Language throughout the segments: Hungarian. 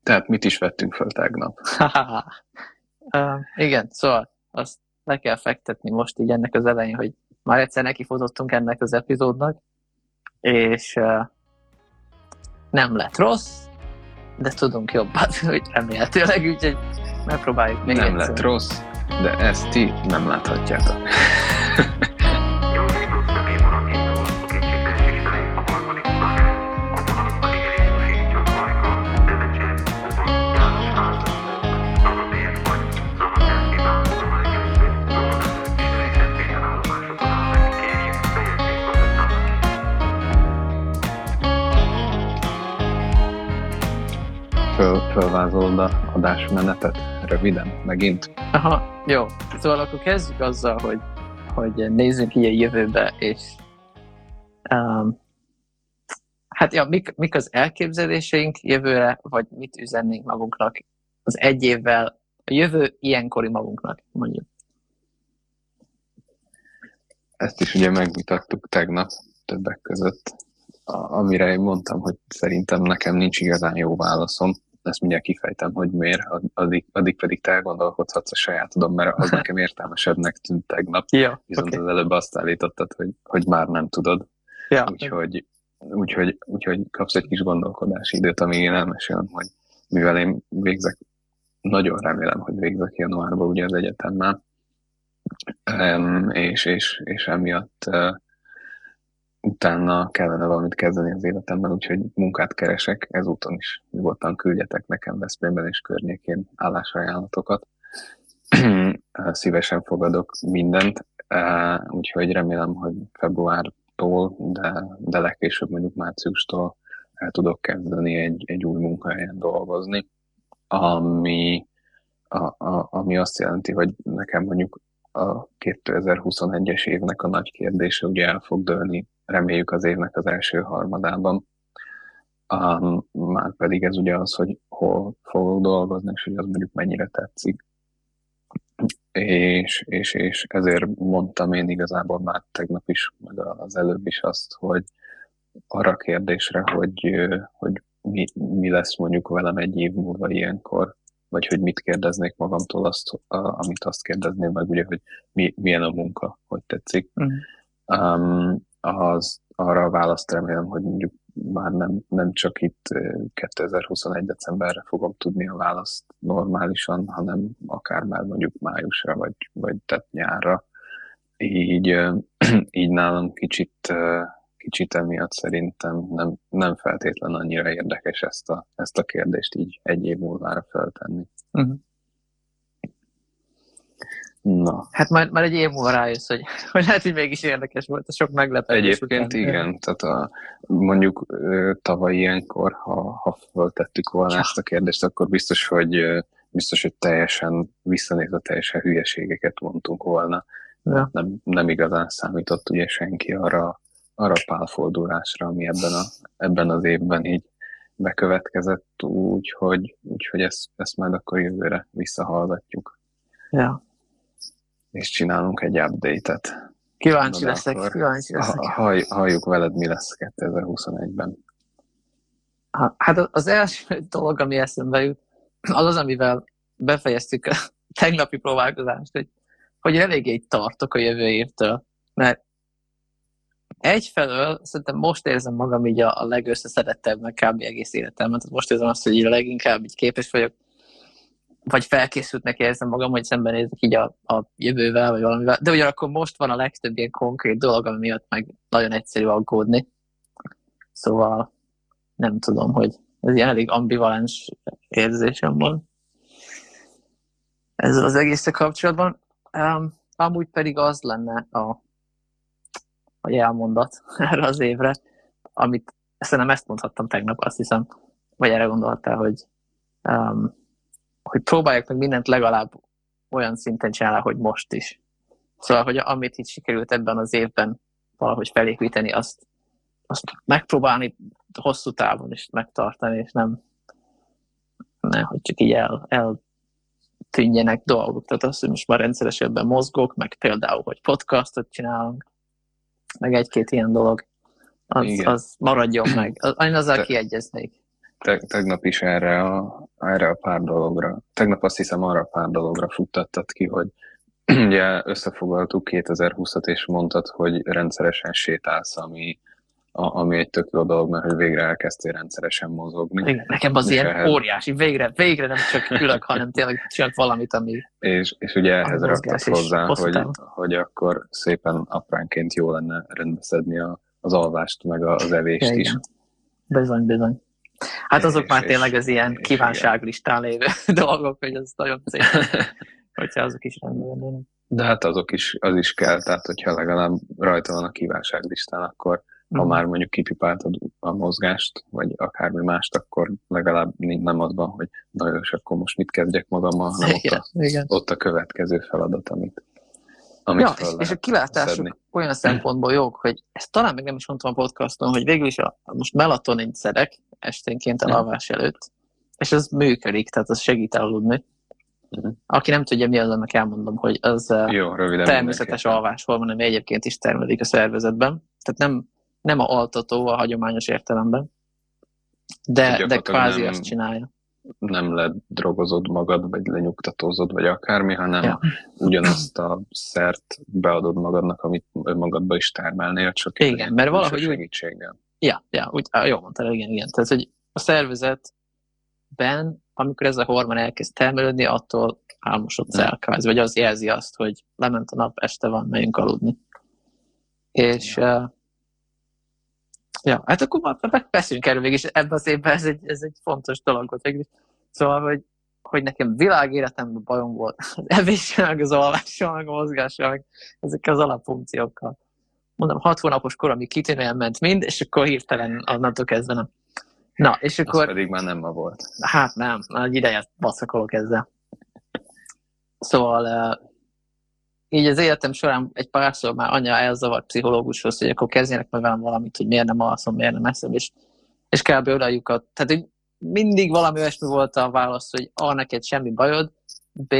Tehát mit is vettünk föl tegnap? Igen, szóval azt le kell fektetni most így ennek az elején, hogy már egyszer nekifutottunk ennek az epizódnak, és nem lett rossz, de tudunk jobbat, hogy remélhetőleg, úgyhogy megpróbáljuk még Nem egyszer. lett rossz, de ezt ti nem láthatjátok. Fölvázolod a adásmenetet röviden, megint? Aha, jó. Szóval akkor kezdjük azzal, hogy nézzünk így a jövőbe, és hát ja, mik az elképzeléseink jövőre, vagy mit üzennénk magunknak az egy évvel, a jövő ilyenkori magunknak, mondjuk. Ezt is ugye megvitattuk tegnap többek között, amire én mondtam, hogy szerintem nekem nincs igazán jó válaszom. Ezt mindjárt kifejtem, hogy miért, addig pedig te elgondolkodhatsz a sajátodon, mert az nekem értelmesebbnek tűnt tegnap. Ja, viszont okay. Az előbb azt állítottad, hogy már nem tudod. Ja. Úgyhogy kapsz egy kis gondolkodási időt, amíg én elmesélem, hogy mivel én végzek, nagyon remélem, hogy végzek januárban ugye az egyetemmel, és emiatt utána kellene valamit kezdeni az életemben, úgyhogy munkát keresek, ezúton is nyugodtan küldjetek nekem Veszprémben és környékén állásajánlatokat. Szívesen fogadok mindent, úgyhogy remélem, hogy februártól, de legkésőbb mondjuk márciustól el tudok kezdeni egy új munkahelyen dolgozni, ami azt jelenti, hogy nekem mondjuk a 2021-es évnek a nagy kérdése ugye el fog dőlni, reméljük az évnek az első harmadában. Már pedig ez ugye az, hogy hol fogok dolgozni, és hogy az mondjuk mennyire tetszik. És ezért mondtam én igazából már tegnap is, meg az előbb is azt, hogy arra a kérdésre, hogy mi lesz mondjuk velem egy év múlva ilyenkor, vagy hogy mit kérdeznék magamtól, amit azt kérdezném meg, ugye, hogy milyen a munka, hogy tetszik. Arra a választ remélem, hogy mondjuk már nem csak itt 2021. decemberre fogom tudni a választ normálisan, hanem akár már mondjuk májusra, vagy tehát nyárra. Így nálam kicsit emiatt szerintem nem feltétlenül annyira érdekes ezt a kérdést így egy év múlvára feltenni. Uh-huh. Na. Hát már egy év múlva rájössz, hogy lehet, hogy mégis érdekes volt, a sok meglepetés. Egyébként után. Igen, tehát mondjuk tavaly ilyenkor, ha föltettük volna ezt a kérdést, akkor biztos, hogy teljesen visszanézve teljesen hülyeségeket mondtunk volna. Ja. Nem igazán számított ugye senki arra a pálfordulásra, ami ebben az évben így bekövetkezett, úgyhogy ezt majd akkor jövőre visszahallgatjuk. Ja. És csinálunk egy update-et. Kíváncsi leszek. Halljuk veled, mi lesz 2021-ben. Hát az első dolog, ami eszembe jut, az, amivel befejeztük a tegnapi próbálkozást, hogy eléggé tartok a jövő évtől, mert egyfelől szerintem most érzem magam így a legösszeszedettebbnek kb. Egész életemben, tehát most érzem azt, hogy így a leginkább így képes vagyok, vagy felkészültnek érzem magam, hogy szembenézek így a jövővel, vagy valamivel, de ugyanakkor most van a legtöbb ilyen konkrét dolog, ami miatt meg nagyon egyszerű aggódni. Szóval nem tudom, hogy ez ilyen elég ambivalens érzésem van ezzel az egészre kapcsolatban. Amúgy pedig az lenne a jelmondat erre az évre, amit szerintem ezt mondhattam tegnap, azt hiszem, vagy erre gondoltál, hogy próbálják meg mindent legalább olyan szinten csinálni, hogy most is. Szóval, hogy amit itt sikerült ebben az évben valahogy felépíteni, azt megpróbálni hosszú távon is megtartani, és nem hogy csak így eltűnjenek dolgok. Tehát azt, hogy most már rendszeresebben mozgok, meg például, hogy podcastot csinálunk, meg egy-két ilyen dolog, az maradjon meg. Én azzal kiegyeznék. Tegnap is erre erre a pár dologra. Tegnap azt hiszem arra a pár dologra futtattad ki, hogy ugye összefoglaltuk 2020-at, és mondtad, hogy rendszeresen sétálsz, ami egy tök jó dolog, mert hogy végre elkezdtél rendszeresen mozogni. Igen, nekem az ilyen óriási, végre nem csak ülök, hanem tényleg csak valamit, ami... És ugye ehhez raktad hozzá, hogy hogy akkor szépen apránként jó lenne rendbeszedni az alvást, meg az evést is. Bizony. Hát azok már tényleg az ilyen kívánságlistán lévő dolgok, hogy az nagyon szép, hogyha azok is rendben lennének. De hát az is kell, tehát hogyha legalább rajta van a kívánságlistán, akkor ha már mondjuk kipipáltad a mozgást, vagy akármi mást, akkor legalább nem az van, hogy na jó, és akkor most mit kezdjek magammal, hanem ott a következő feladat, amit és a kilátások olyan szempontból jók, hogy ezt talán még nem is mondtam a podcaston, hogy végül is most melatonint szedek esténként a alvás előtt, és ez működik, tehát az segít aludni. Aki nem tudja, mi az, annak elmondom, hogy az természetes alváshormon, ami egyébként is termelődik a szervezetben. Tehát nem a altató a hagyományos értelemben, de kvázi azt csinálja. Nem ledrogozod magad, vagy lenyugtatózod, vagy akármi, hanem ugyanazt a szert beadod magadnak, amit magadba is termelnél, csak igen, mert valahogy segítséggel. Úgy, jól mondtál, igen. Tehát, hogy a szervezetben, amikor ez a hormon elkezd termelődni, attól álmosodsz el kvázi, vagy az jelzi azt, hogy lement a nap, este van, megyünk aludni. És hát akkor beszéljünk erről végig, és ebben az évben ez egy fontos dolog volt. Szóval, hogy nekem világéletemben bajom volt az evéssel, meg az alvással, meg a mozgással, meg ezekkel az alapfunkciókkal. Mondom, 6 hónapos koromig kitűnően ment mind, és akkor hirtelen annantól kezdve nem. Na, és akkor... Az pedig már nem ma volt. Hát nem, egy ideje basszakolok ezzel. Szóval így az életem során egy párszor már annyira elzavart pszichológushoz, hogy akkor kezdjenek meg velem valamit, hogy miért nem alszom, miért nem eszem, és kb. Odajukat. Tehát mindig valami olyasmi volt a válasz, hogy A, neked semmi bajod, B,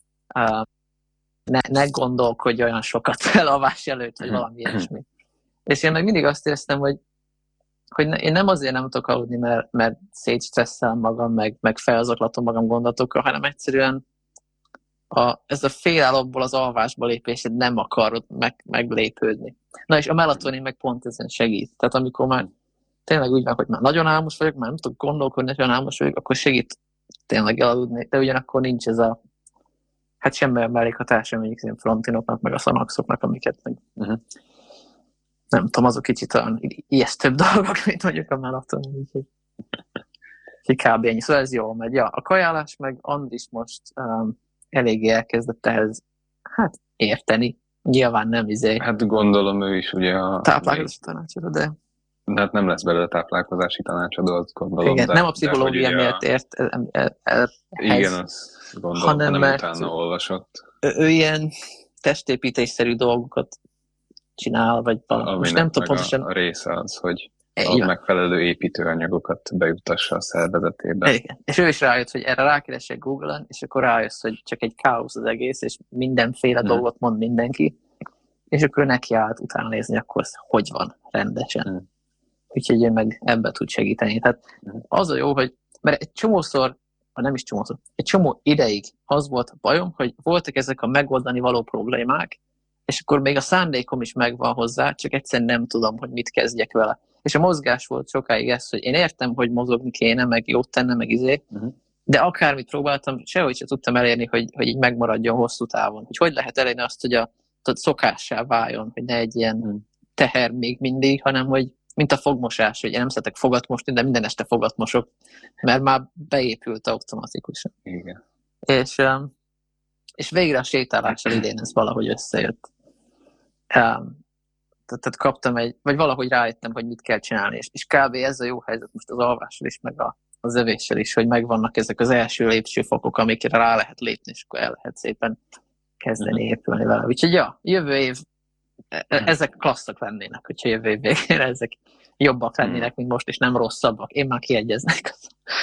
ne gondolkodj olyan sokat felalvás előtt, vagy valami ilyesmi. És én meg mindig azt éreztem, hogy én nem azért nem tudok aludni, mert szétstresszel magam, meg felzaklatom magam gondolatokkal, hanem egyszerűen ez a félálomból az alvásba lépésed nem akarod meglépődni. Na és a melatonin meg pont ezen segít. Tehát amikor már tényleg úgy van, hogy már nagyon álmos vagyok, már nem tudok gondolkodni, nagyon álmos vagyok, akkor segít tényleg elaludni. De ugyanakkor nincs ez hát semmi olyan mellékhatása, mondjuk ilyen frontinoknak, meg a szanaxoknak, amiket meg nem tudom, azok kicsit olyan ijesztőbb dolgok, mint mondjuk a melatonin. Úgyhogy kb. Ennyi. Szóval ez jól megy. Ja, a kajálás meg Andris most eléggé elkezdett ehhez érteni. Nyilván nem Hát gondolom ő is ugye a... táplálkozási tanácsadó, de... Hát nem lesz belőle táplálkozási tanácsadó, azt gondolom. Igen, nem a pszichológia miatt ért igen, azt gondolom, hanem utána olvasott. Ő ilyen testépítésszerű dolgokat csinál, vagy valami. Most nem tudom pontosan... a része az, hogy a megfelelő építőanyagokat bejutassa a szervezetébe. Igen. És ő is rájött, hogy erre rákeresek Google-on, és akkor rájössz, hogy csak egy káosz az egész, és mindenféle dolgot mond mindenki, és akkor neki állt utána nézni, akkor hogy van rendesen. Úgyhogy ő meg ebbe tud segíteni. Tehát az a jó, hogy mert egy csomószor, nem is csomószor, egy csomó ideig az volt a bajom, hogy voltak ezek a megoldani való problémák, és akkor még a szándékom is megvan hozzá, csak egyszerűen nem tudom, hogy mit kezdjek vele. És a mozgás volt sokáig ez, hogy én értem, hogy mozogni kéne, meg jót tenne, meg de akármit próbáltam, sehogy sem tudtam elérni, hogy így megmaradjon hosszú távon. Hogy lehet elérni azt, hogy a szokássá váljon, hogy ne egy ilyen teher még mindig, hanem hogy mint a fogmosás, hogy én nem szeretek fogat mosni, de minden este fogat mosok, mert már beépült automatikusan. Igen. És végre a sétálással idén ez valahogy összejött. Tehát kaptam vagy valahogy rájöttem, hogy mit kell csinálni, és kb. Ez a jó helyzet most az alvással is, meg az övéssel is, hogy megvannak ezek az első lépcsőfokok, amikre rá lehet lépni, és akkor el lehet szépen kezdeni épülni vele. Úgyhogy jövő év ezek klasszak lennének, hogyha jövő év végére ezek jobbak lennének, mint most, és nem rosszabbak. Én már kiegyeznek.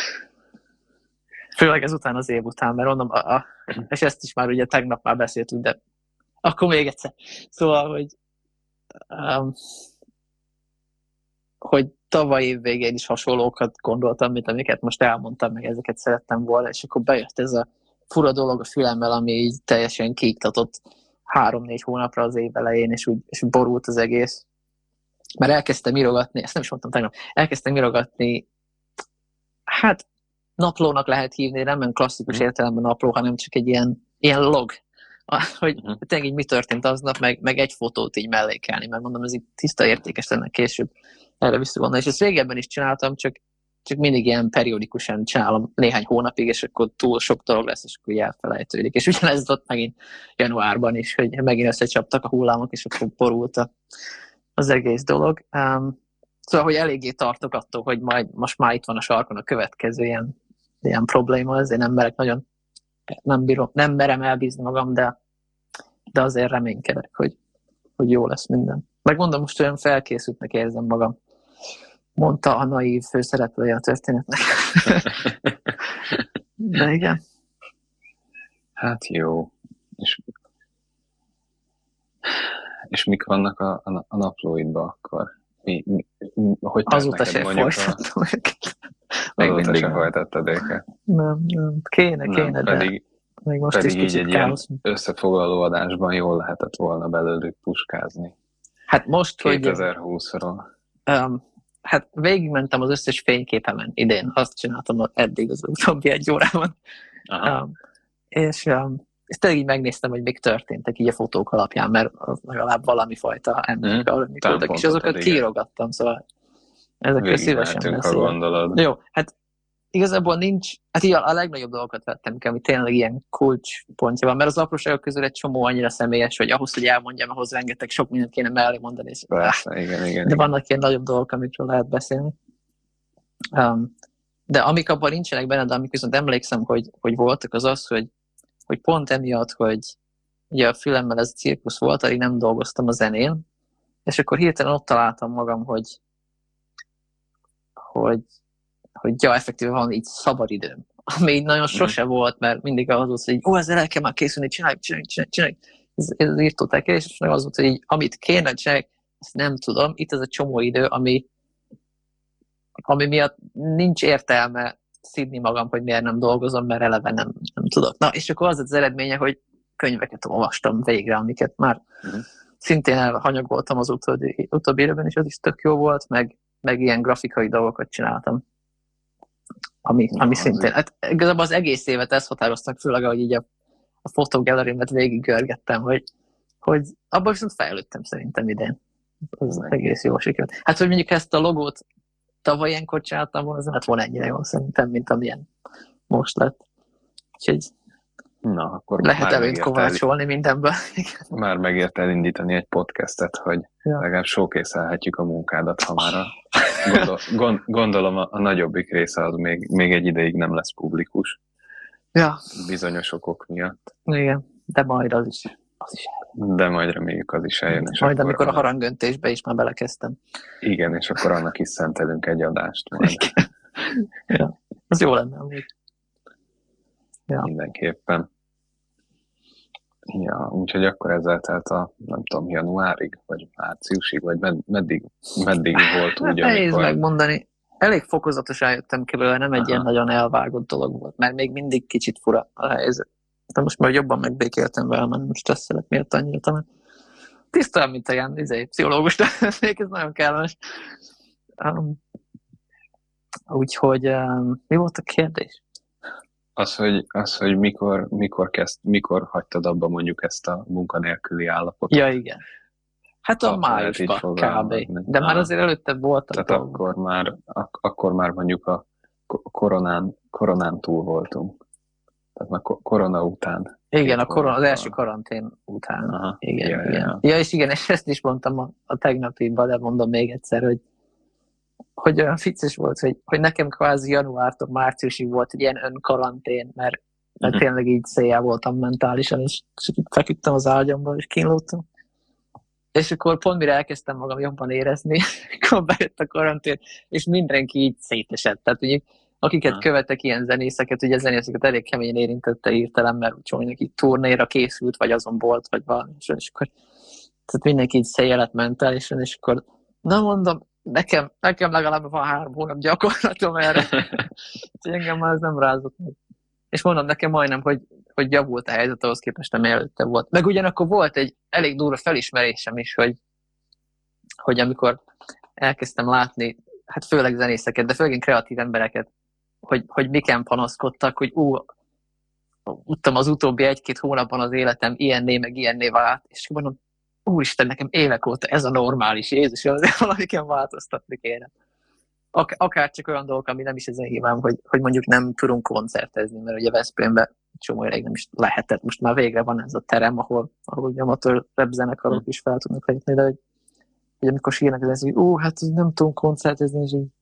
Főleg ezután az év után, mert mondom, és ezt is már ugye tegnap már beszéltünk, de akkor még egyszer. Szóval, hogy tavaly év végén is hasonlókat gondoltam, mint amiket most elmondtam, meg ezeket szerettem volna, és akkor bejött ez a fura dolog a fülemmel, ami így teljesen kiiktatott 3-4 hónapra az év elején, és borult az egész. Mert elkezdtem írogatni, ezt nem is mondtam tegnap, elkezdtem írogatni, hát naplónak lehet hívni, nem klasszikus értelemben napló, hanem csak egy ilyen log, hogy tényleg így mi történt aznap, meg egy fotót így mellékelni, mert mondom, ez így tiszta értékes lenne később erre visszagondolni. És ezt régebben is csináltam, csak mindig ilyen periódikusan csinálom néhány hónapig, és akkor túl sok dolog lesz, és akkor elfelejtődik. És ugyanez ott megint januárban is, hogy megint összecsaptak a hullámok, és akkor borult az egész dolog. Szóval, hogy eléggé tartok attól, hogy most már itt van a sarkon a következő ilyen probléma, ezért nem merek nagyon, nem merem elbízni magam, de azért reménykedek, hogy jó lesz minden. Megmondom, most olyan felkészültnek érzem magam. Mondta a naív főszereplője a történetnek. De igen. Hát jó. És mik vannak a naplóidban akkor? Hogy azóta se folytattam őket. Azóta se folytattad őket? Nem. Kéne, pedig, de még most is így egy káosz. ilyen összefoglaló adásban jól lehetett volna belőlük puskázni. Hát most, 2020-ról. Hát végigmentem az összes fényképemen idén. Azt csináltam eddig az utóbbi 1 órában. És tényleg így megnéztem, hogy még történtek így a fotók alapján, mert legalább valami fajta emlék arra, mit voltak, és azokat kiírogattam, szóval ezekkel szívesen beszélek. Jó, hát igazából nincs, hát így a legnagyobb dolgokat vettem ki, ami tényleg ilyen kulcspontja van, mert az apróságok közül egy csomó annyira személyes, hogy ahhoz, hogy elmondjam, ahhoz rengeteg sok mindent kéne mellé mondani. És persze, igen. De vannak ilyen nagyobb dolgok, amikről lehet beszélni. De amik abban nincsenek benne, de amik viszont emlékszem, hogy voltak, az, hogy pont emiatt, hogy ugye a fülemmel ez a cirkusz volt, addig nem dolgoztam a zenén, és akkor hirtelen ott találtam magam, hogy ja, effektíve van így szabadidőm, ami így nagyon sose volt, mert mindig az volt, hogy ezzel el kell már készülni, csinálj. Ez írtóták el, és az volt, hogy így, amit kéne csinálni, ezt nem tudom, itt ez a csomó idő, ami miatt nincs értelme szidni magam, hogy miért nem dolgozom, mert eleve nem tudok. Na, és akkor az eredménye, hogy könyveket olvastam végre, amiket már szintén elhanyagoltam az utóbbi időben, és az is tök jó volt, meg ilyen grafikai dolgokat csináltam. Ami szintén, hát igazából az egész évet ezt határoztak, főleg, hogy így a fotógallerimet végig görgettem, hogy abban viszont fejlődtem szerintem idén. Ez egész jó sikerült. Hát, hogy mondjuk ezt a logót tavaly ilyenkor csináltam volna, az nem lett volna ennyire jó szerintem, mint amilyen most lett. Úgyhogy akkor lehet előtt kovácsolni mindenből. Már megért elindítani egy podcastet, hogy legalább showcase-elhetjük a munkádat, ha már gondolom a nagyobbik része az még egy ideig nem lesz publikus. Ja. Bizonyos okok miatt. Igen, de majd az is de majd reméljük az is eljön. És majd amikor a harangöntésbe is már belekezdtem. Igen, és akkor annak is szentelünk egy adást majd. Ja, az jó lenne amúgy. Ja. Mindenképpen. Ja, úgyhogy akkor ezzel telt nem tudom, januárig, vagy márciusig, vagy meddig volt úgy, nehéz megmondani. Elég fokozatosan jöttem ki belőle, nem egy ilyen nagyon elvágott dolog volt, mert még mindig kicsit fura a helyzet. De most már jobban megbékéltem vele, mert nem stresszelek miatt annyira talán. Tisztán, mint olyan pszichológus, de ez nagyon kellemes. Úgyhogy mi volt a kérdés? Az, hogy mikor hagytad abba mondjuk ezt a munkanélküli állapotot. Ja, igen. Hát a májusban kb. De már azért előtte voltak. Tehát akkor már mondjuk a koronán túl voltunk. Tehát már korona után. Igen, az első karantén után. Aha, igen. Ja, és igen, és ezt is mondtam a tegnapiban, de mondom még egyszer, hogy olyan vicces volt, hogy nekem kvázi januártól márciusig volt egy ilyen önkarantén, mert tényleg így széjjel voltam mentálisan, és feküdtem az ágyamba, és kínlódtam. És akkor pont mire elkezdtem magam jobban érezni, akkor bejött a karantén, és mindenki így szétesett. Tehát ugye, akiket követek ilyen zenészeket, ugye zenészeket elég keményen érintette hirtelen, mert úgy neki turnéra készült, vagy azon volt, vagy valami, és akkor tehát mindenki így széjjel lett mentálisan, és akkor na mondom, nekem legalább van 3 hónap gyakorlatom erre. Úgyhogy engem már ez nem rázott meg. És mondom, nekem majdnem, hogy javult a helyzet ahhoz képest, ami előtte volt. Meg ugyanakkor volt egy elég durva felismerésem is, hogy amikor elkezdtem látni, hát főleg zenészeket, de főleg kreatív embereket, hogy miken panaszkodtak, hogy tudtam az utóbbi 1-2 hónapban az életem ilyenné vált, és mondom, úristen, nekem évek óta ez a normális, Jézus, azért valamiken változtatni kéne. Akár csak olyan dolgok, ami nem is ezen hívám, hogy mondjuk nem tudunk koncertezni, mert ugye Veszprémben csomó ideig nem is lehetett. Most már végre van ez a terem, ahol amatőr rap zenekarok is fel tudnak lépni, de hogy amikor sírnak, ez hogy hát nem tudunk koncertezni, és így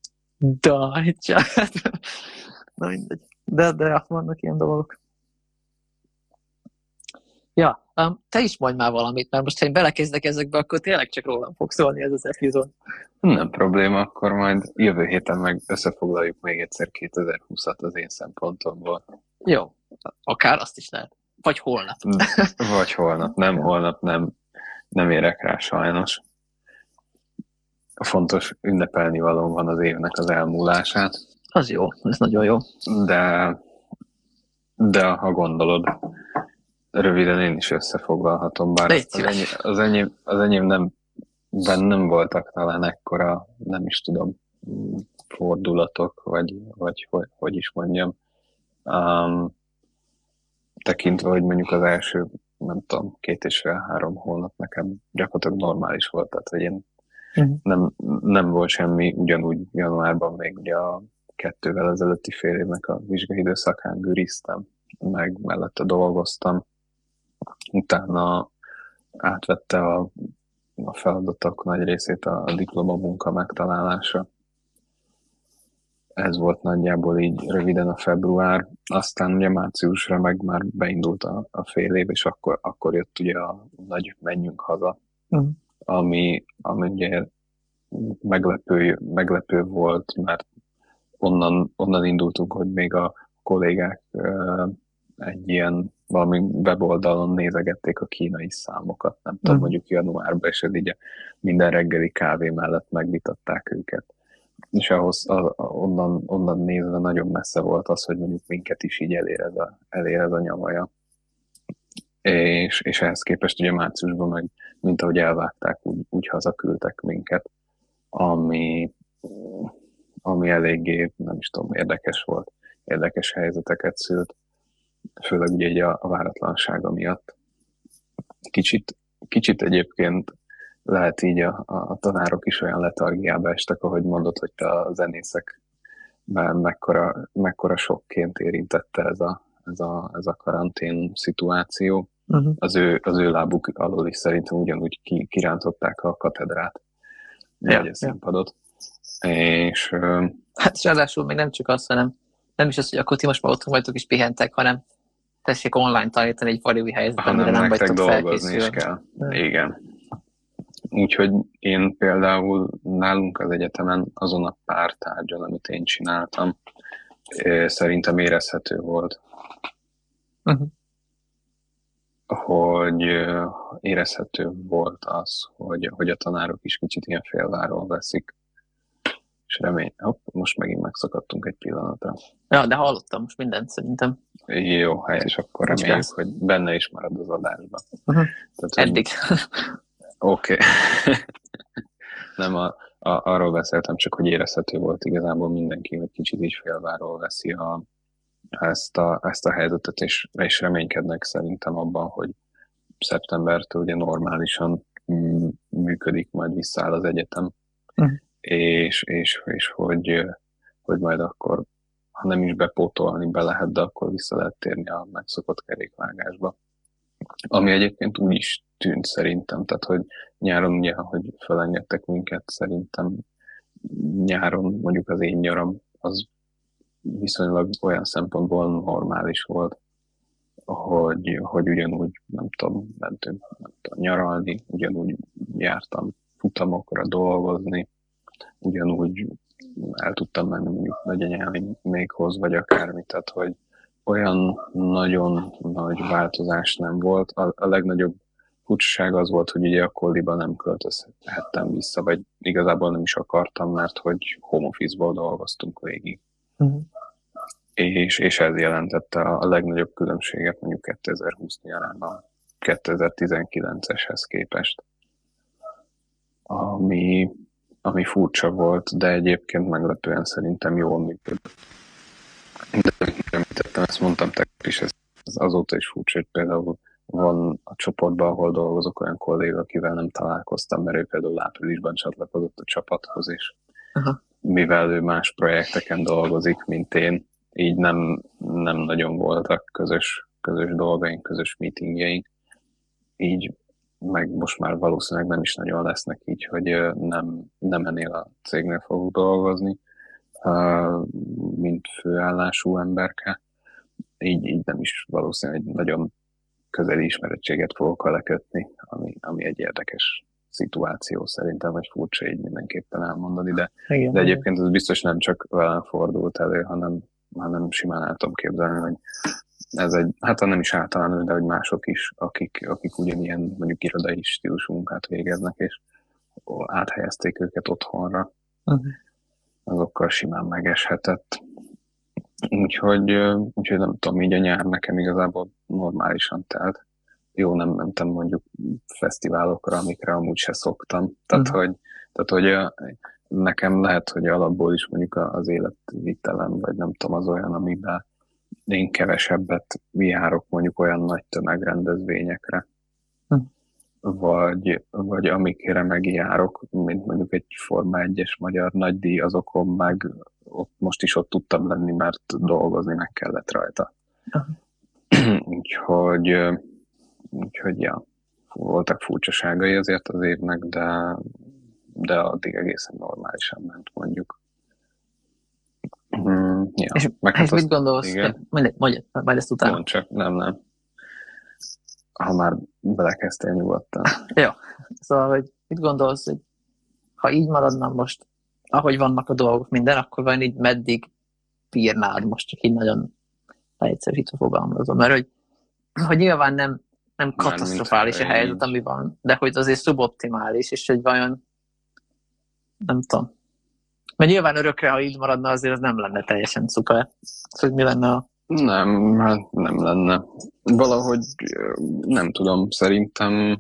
na mindegy. De vannak ilyen dolgok. Ja, te is mondj már valamit, mert most ha én belekezdek ezekbe, akkor tényleg csak rólam fog szólni ez az epizód. Nem probléma, akkor majd jövő héten meg összefoglaljuk még egyszer 2020-at az én szempontomból. Jó, akár azt is lehet. Vagy holnap. Vagy holnap. Nem, holnap nem érek rá sajnos. Fontos ünnepelni való van az évnek az elmúlását. Az jó, ez nagyon jó. De ha gondolod, röviden én is összefoglalhatom, bár az enyém nem voltak talán ekkora, nem is tudom, fordulatok, vagy hogy is mondjam. Tekintve, hogy mondjuk az első, nem tudom, 2,5-3 hónap nekem gyakorlatilag normális volt, tehát hogy én nem volt semmi, ugyanúgy januárban még ugye a 2-vel ezelőtti fél évnek a vizsgai időszakán güriztem, meg mellette dolgoztam. Utána átvette a feladatok nagy részét a diplomamunka megtalálása. Ez volt nagyjából így röviden a február. Aztán ugye márciusra meg már beindult a fél év, és akkor jött ugye a nagy menjünk haza, ami ugye meglepő volt, mert onnan indultunk, hogy még a kollégák egy ilyen valami weboldalon nézegették a kínai számokat, nem tudom, mondjuk januárban, és így minden reggeli kávé mellett megvitatták őket. És onnan nézve nagyon messze volt az, hogy mondjuk minket is így elér ez a nyavaja. És ehhez képest ugye márciusban meg, mint ahogy elvágták, úgy hazaküldtek minket, ami eléggé, nem is tudom, érdekes volt, érdekes helyzeteket szült, főleg ugye a váratlansága miatt. Kicsit egyébként lehet így a tanárok is olyan letargiába estek, ahogy mondod, hogy te a zenészek mekkora sokként érintette ez a karantén szituáció. Az ő lábuk alól is szerintem ugyanúgy kirántották a katedrát, vagy a színpadot. És hát ráadásul még nem csak az, hanem nem is az, hogy akkor ti most már otthon vagytok és pihentek, hanem tessék online tanítani egy valódi helyzetben, amire nem vagytok dolgozni is kell. Igen. Úgyhogy én például nálunk az egyetemen azon a pár tárgyon, amit én csináltam, szerintem érezhető volt. Hogy érezhető volt az, hogy a tanárok is kicsit ilyen félváról veszik. És most megint megszakadtunk egy pillanatra. Ja, de hallottam most mindent szerintem. Jó, helyes, akkor reméljük, hogy benne is marad az adásban. Tehát, eddig. Oké. Nem, arról beszéltem csak, hogy érezhető volt igazából mindenki, hogy kicsit is félváról veszi ezt a helyzetet, és reménykednek szerintem abban, hogy szeptembertől ugye normálisan működik, majd visszaáll az egyetem, és hogy majd akkor, ha nem is bepótolni be lehet, de akkor vissza lehet térni a megszokott kerékvágásba. Ami egyébként úgy is tűnt szerintem, tehát hogy nyáron ugye, hogy felengedtek minket, szerintem nyáron mondjuk az én nyaram az viszonylag olyan szempontból normális volt, hogy ugyanúgy mentünk nyaralni, ugyanúgy jártam futamokra dolgozni, ugyanúgy el tudtam menni mondjuk nagyanyámékhoz, vagy akármi, tehát hogy olyan nagyon nagy változás nem volt. A legnagyobb furcsaság az volt, hogy ugye a kolliba nem költözhettem vissza, vagy igazából nem is akartam, mert hogy home office-ból dolgoztunk végig. És ez jelentette a legnagyobb különbséget mondjuk 2020 nyarán a 2019-eshez képest. Ami furcsa volt, de egyébként meglepően szerintem jól működött. De amit említettem, ezt mondtam tegnap is, ez azóta is furcsa, hogy például van a csoportban, ahol dolgozok, olyan kolléga, akivel nem találkoztam, mert ő például áprilisban csatlakozott a csapathoz, és mivel ő más projekteken dolgozik, mint én, így nem nagyon voltak közös dolgaink, közös meetingjeink. Így meg most már valószínűleg nem is nagyon lesznek így, hogy nem ennél a cégnél fogok dolgozni, mint főállású emberke. Így nem is valószínűleg egy nagyon közeli ismerettséget fogok vele kötni, ami egy érdekes szituáció szerintem, vagy furcsa így mindenképpen elmondani, de egyébként ez biztos nem csak velem fordult elő, hanem simán el tudom képzelni, hogy ez hát nem is általános, de hogy mások is, akik ugyanilyen mondjuk irodai stílusú munkát végeznek, és áthelyezték őket otthonra, azokkal simán megeshetett. Úgyhogy nem tudom, így a nyár nekem igazából normálisan telt. Jó, nem mentem mondjuk fesztiválokra, amikre amúgy se szoktam. Tehát, hogy nekem lehet, hogy alapból is mondjuk az életvitelem, vagy nem tudom, az olyan, amiben én kevesebbet járok mondjuk olyan nagy tömegrendezvényekre, vagy amikre megjárok, mint mondjuk egy Forma 1-es magyar nagydíj, azokon meg most ott tudtam lenni, mert dolgozni meg kellett rajta. Úgyhogy ja, voltak furcsaságai azért az évnek, de addig egészen normálisan ment, mondjuk. Ja. És mit gondolsz? Majd ezt utána. Mondd csak, nem. Ha már belekezdtél nyugodtan. Jó. Szóval, hogy mit gondolsz, hogy ha így maradna most, ahogy vannak a dolgok minden, akkor van így meddig bírnád, most csak így nagyon leegyszerűsítve fogalmazom. Mert hogy nyilván nem katasztrofális a helyzet, ami van, de hogy azért szuboptimális, és hogy vajon nem tudom. Mert nyilván örökre, ha így maradna, azért az nem lenne teljesen szuper. Szóval mi lenne a... Nem lenne. Valahogy nem tudom, szerintem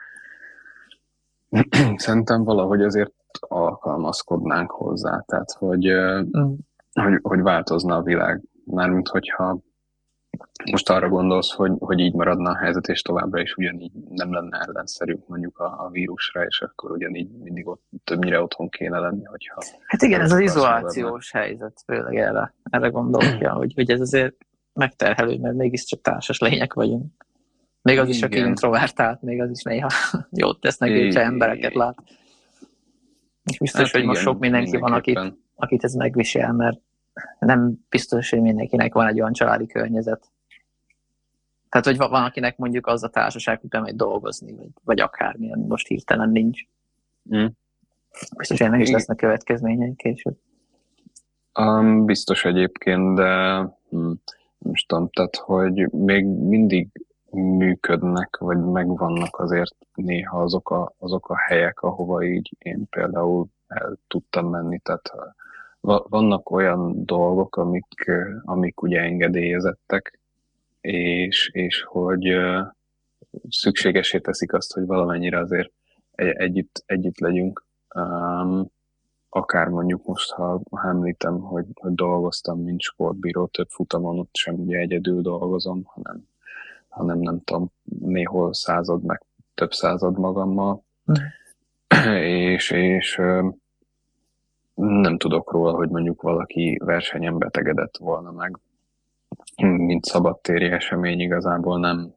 valahogy azért alkalmazkodnánk hozzá, tehát hogy változna a világ. Mármint hogyha most arra gondolsz, hogy így maradna a helyzet, és továbbra is ugyanígy nem lenne ellenszerünk mondjuk a vírusra, és akkor ugyanígy mindig többnyire otthon kéne lenni, hogyha... Hát igen, ez az izolációs helyzet, főleg erre gondolja, hogy ez azért megterhelő, mert mégiscsak társas lények vagyunk. Még az is, aki introvertált, még az is néha jót tesz neki, hogyha embereket lát. És biztos, hogy most sok mindenki van, akit ez megvisel, mert nem biztos, hogy mindenkinek van egy olyan családi környezet. Tehát, hogy van, akinek mondjuk az a társaság, hogy bemegy dolgozni, vagy akármilyen, most hirtelen nincs. Biztos, hogy ennek is lesznek következményei később. Biztos egyébként, de most tudom, tehát, hogy még mindig működnek, vagy megvannak azért néha azok a helyek, ahova így én például el tudtam menni, tehát vannak olyan dolgok, amik ugye engedélyezettek, és hogy szükségesé teszik azt, hogy valamennyire azért együtt legyünk. Akár mondjuk most, ha említem, hogy dolgoztam, mint sportbíró, több futamon, ott sem ugye egyedül dolgozom, hanem nem tudom, néhol század, meg több század magammal. És nem tudok róla, hogy mondjuk valaki versenyen betegedett volna meg, mint szabadtéri esemény igazából nem.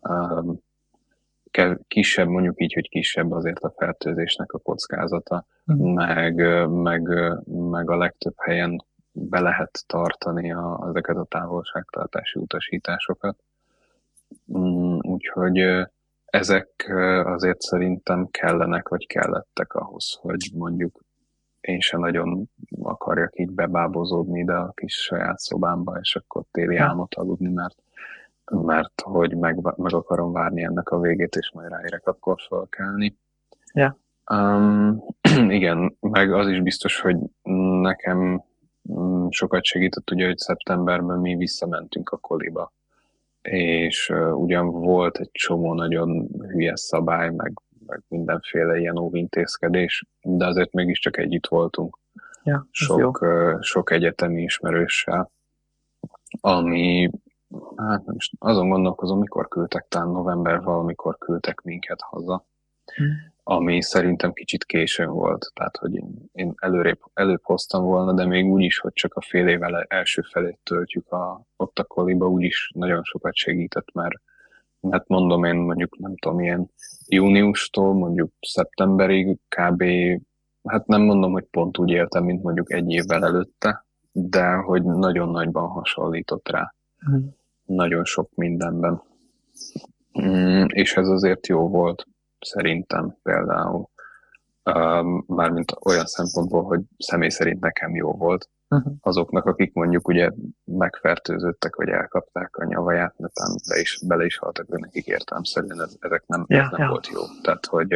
Kisebb, mondjuk így, hogy kisebb azért a fertőzésnek a kockázata, meg a legtöbb helyen be lehet tartani ezeket a távolságtartási utasításokat. Úgyhogy ezek azért szerintem kellenek, vagy kellettek ahhoz, hogy mondjuk én sem nagyon akarjak így bebábozódni ide a kis saját szobámba, és akkor téli álmot aludni, mert mert hogy meg akarom várni ennek a végét, és majd ráérek akkor felkelni. Ja. Igen, meg az is biztos, hogy nekem sokat segített, ugye, hogy szeptemberben mi visszamentünk a koliba, és ugyan volt egy csomó nagyon hülye szabály, meg mindenféle ilyen óvintézkedés, de azért mégiscsak együtt voltunk. Ja, sok egyetemi ismerőssel, ami, hát nem is, azon gondolkozom, mikor küldtek, talán november valamikor küldtek minket haza, ami szerintem kicsit későn volt, tehát hogy én előbb hoztam volna, de még úgy is, hogy csak a fél év első felét töltjük ott a koliba, úgyis nagyon sokat segített, mert mondom én mondjuk nem tudom, ilyen júniustól mondjuk szeptemberig kb. Hát nem mondom, hogy pont úgy éltem, mint mondjuk egy évvel előtte, de hogy nagyon nagyban hasonlított rá. Nagyon sok mindenben. És ez azért jó volt, szerintem például. Mármint olyan szempontból, hogy személy szerint nekem jó volt. Azoknak, akik mondjuk ugye megfertőzöttek, vagy elkapták a nyavaját, mert bele is haltak, de nekik értelemszerűen ez nem volt jó. Tehát, hogy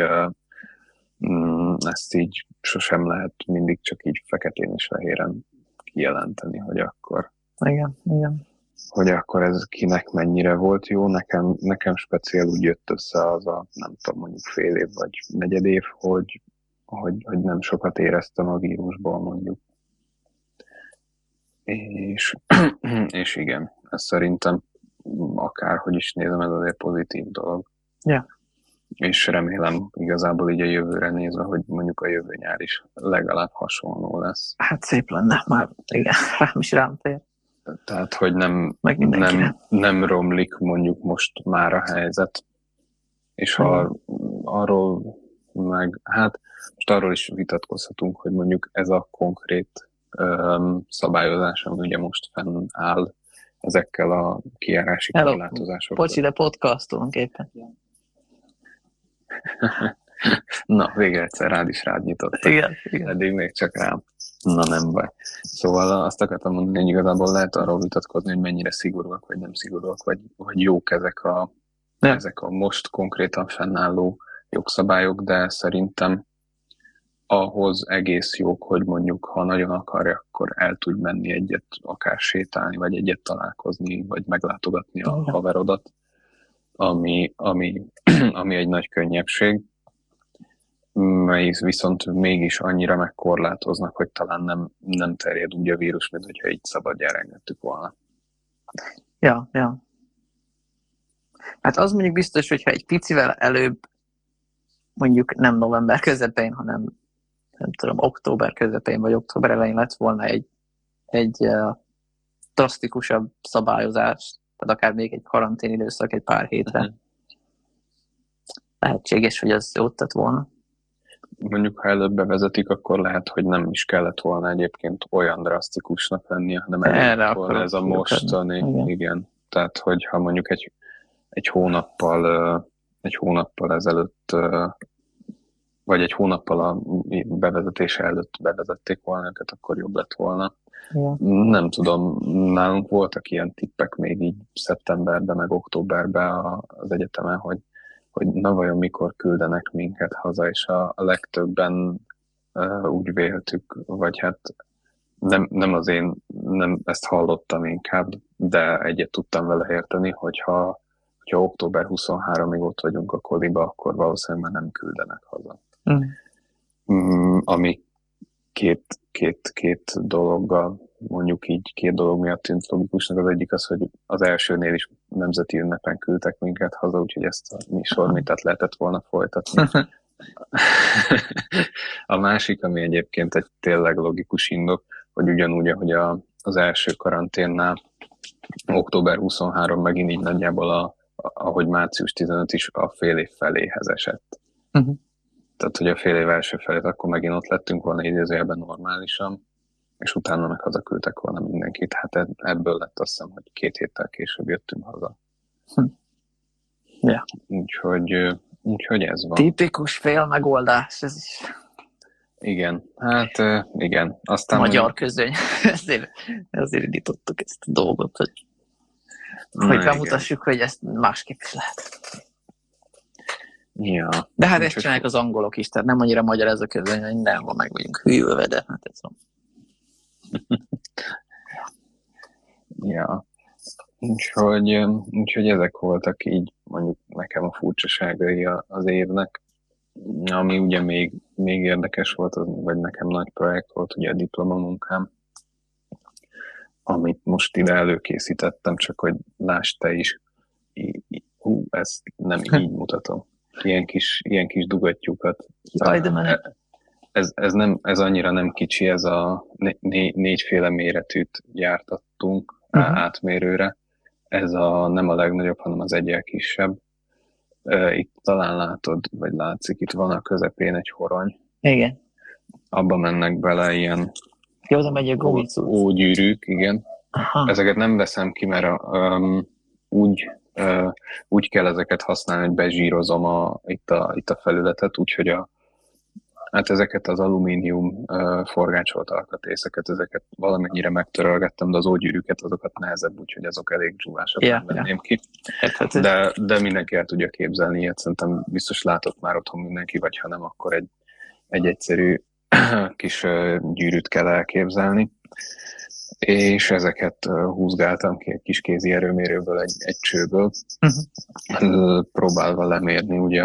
ezt így sosem lehet mindig csak így feketén és fehéren kijelenteni, hogy akkor hogy akkor ez kinek mennyire volt jó. Nekem speciál úgy jött össze az a, nem tudom, mondjuk fél év vagy negyed év, hogy nem sokat éreztem a vírusból mondjuk. És igen, ez szerintem akárhogy is nézem, ez azért pozitív dolog. Ja. És remélem igazából így a jövőre nézve, hogy mondjuk a jövő nyár is legalább hasonló lesz. Hát szép lenne, már igen, rám is rám tér. Tehát, hogy nem romlik mondjuk most már a helyzet. És ha arról hát most arról is vitatkozhatunk, hogy mondjuk ez a konkrét szabályozás, ami ugye most fennáll ezekkel a kijárási korlátozásokkal. Bocsi, de podcastolunk éppen. Na, végre egyszer rád is nyitottak. Igen. Eddig még csak rám. Na, nem baj. Szóval azt akartam mondani, hogy igazából lehet arról vitatkozni, hogy mennyire szigorúak, vagy nem szigorúak, vagy jók ezek a most konkrétan fennálló jogszabályok, de szerintem ahhoz egész jók, hogy mondjuk, ha nagyon akarja, akkor el tud menni egyet, akár sétálni, vagy egyet találkozni, vagy meglátogatni a haverodat, ami egy nagy könnyebbség, viszont mégis annyira megkorlátoznak, hogy talán nem terjed úgy a vírus, mint hogyha így szabadjára engedtük volna. Ja. Hát az mondjuk biztos, hogyha egy picivel előbb, mondjuk nem november közepén, hanem nem tudom, október közepén vagy október elején lett volna egy drasztikusabb szabályozás, tehát akár még egy karantén időszak egy pár hétre. Lehetséges, hogy az jót tett volna. Mondjuk, ha előbb bevezetik, akkor lehet, hogy nem is kellett volna egyébként olyan drasztikusnak lennie, hanem elég volna ez a mostani. Igen. Tehát, hogyha mondjuk egy hónappal ezelőtt, vagy egy hónappal a bevezetése előtt bevezették volna őket, akkor jobb lett volna. Ja. Nem tudom, nálunk voltak ilyen tippek még így szeptemberben, meg októberben az egyetemen, hogy na vajon mikor küldenek minket haza, és a legtöbben úgy véltük, vagy hát nem ezt hallottam inkább, de egyet tudtam vele érteni, hogyha október 23-ig ott vagyunk a koliba, akkor valószínűleg már nem küldenek haza. Ami két dologgal, mondjuk így két dolog miatt tűnt logikusnak. Az egyik az, hogy az elsőnél is nemzeti ünnepen küldtek minket haza, úgyhogy ezt a műsormitát lehetett volna folytatni. A másik, ami egyébként egy tényleg logikus indok, hogy ugyanúgy, ahogy az első karanténnál október 23 megint így nagyjából ahogy március 15 is a fél év feléhez esett. Tehát, hogy a fél év első felét akkor megint ott lettünk volna idézőjelben normálisan, és utána meg hazaküldtek volna mindenkit. Hát ebből lett azt hiszem, hogy 2 héttel később jöttünk haza. Ja. Úgyhogy ez van. Tipikus fél megoldás, ez is. Igen, hát igen. Aztán magyar közöny. Ezért indítottuk ezt a dolgot. Hogy... hogy bemutassuk, hogy ezt másképp is lehet. Ja. De hát ezt csinálják az angolok is, tehát nem annyira magyar ez a közöny, hogy mindenhol meg vagyunk hűlve, de hát ez van. Ja. Úgyhogy ezek voltak így mondjuk nekem a furcsaságai az évnek. Ami ugye még érdekes volt, vagy nekem nagy projekt volt, ugye a diplomamunkám, amit most ide előkészítettem, csak hogy lásd te is. Ezt nem így mutatom. Ilyen kis dugattyúkat. Jaj, de menet. Ez annyira nem kicsi, ez a négyféle méretűt gyártattunk átmérőre. Ez nem a legnagyobb, hanem az egyel kisebb. Itt talán látod, vagy látszik, itt van a közepén egy horony. Igen. Abba mennek bele ilyen ógyűrűk, igen. Aha. Ezeket nem veszem ki, mert úgy kell ezeket használni, hogy bezsírozom itt a felületet, úgyhogy hát ezeket az alumínium forgácsolt alkatrészeket, ezeket valamennyire megtörölgettem, de az ógyűrűket azokat nehezebb, úgyhogy azok elég zsúvásak, nem venném ki. De mindenki el tudja képzelni, ilyet szerintem biztos látott már otthon mindenki, vagy ha nem, akkor egy egyszerű kis gyűrűt kell elképzelni. És ezeket húzgáltam ki egy kis kézi erőmérőből, egy csőből, próbálva lemérni ugye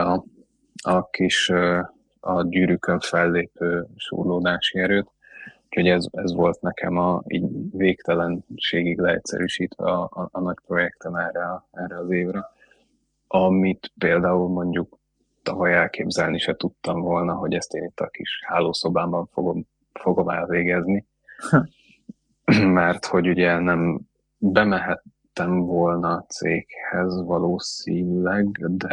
a gyűrűkön fellépő súrlódási erőt. Úgyhogy ez volt nekem így végtelenségig leegyszerűsítve a nagy projektem erre az évre. Amit például mondjuk tavaly elképzelni se tudtam volna, hogy ezt én itt a kis hálószobámban fogom elvégezni. Mert hogy ugye nem bemehettem volna a céghez valószínűleg,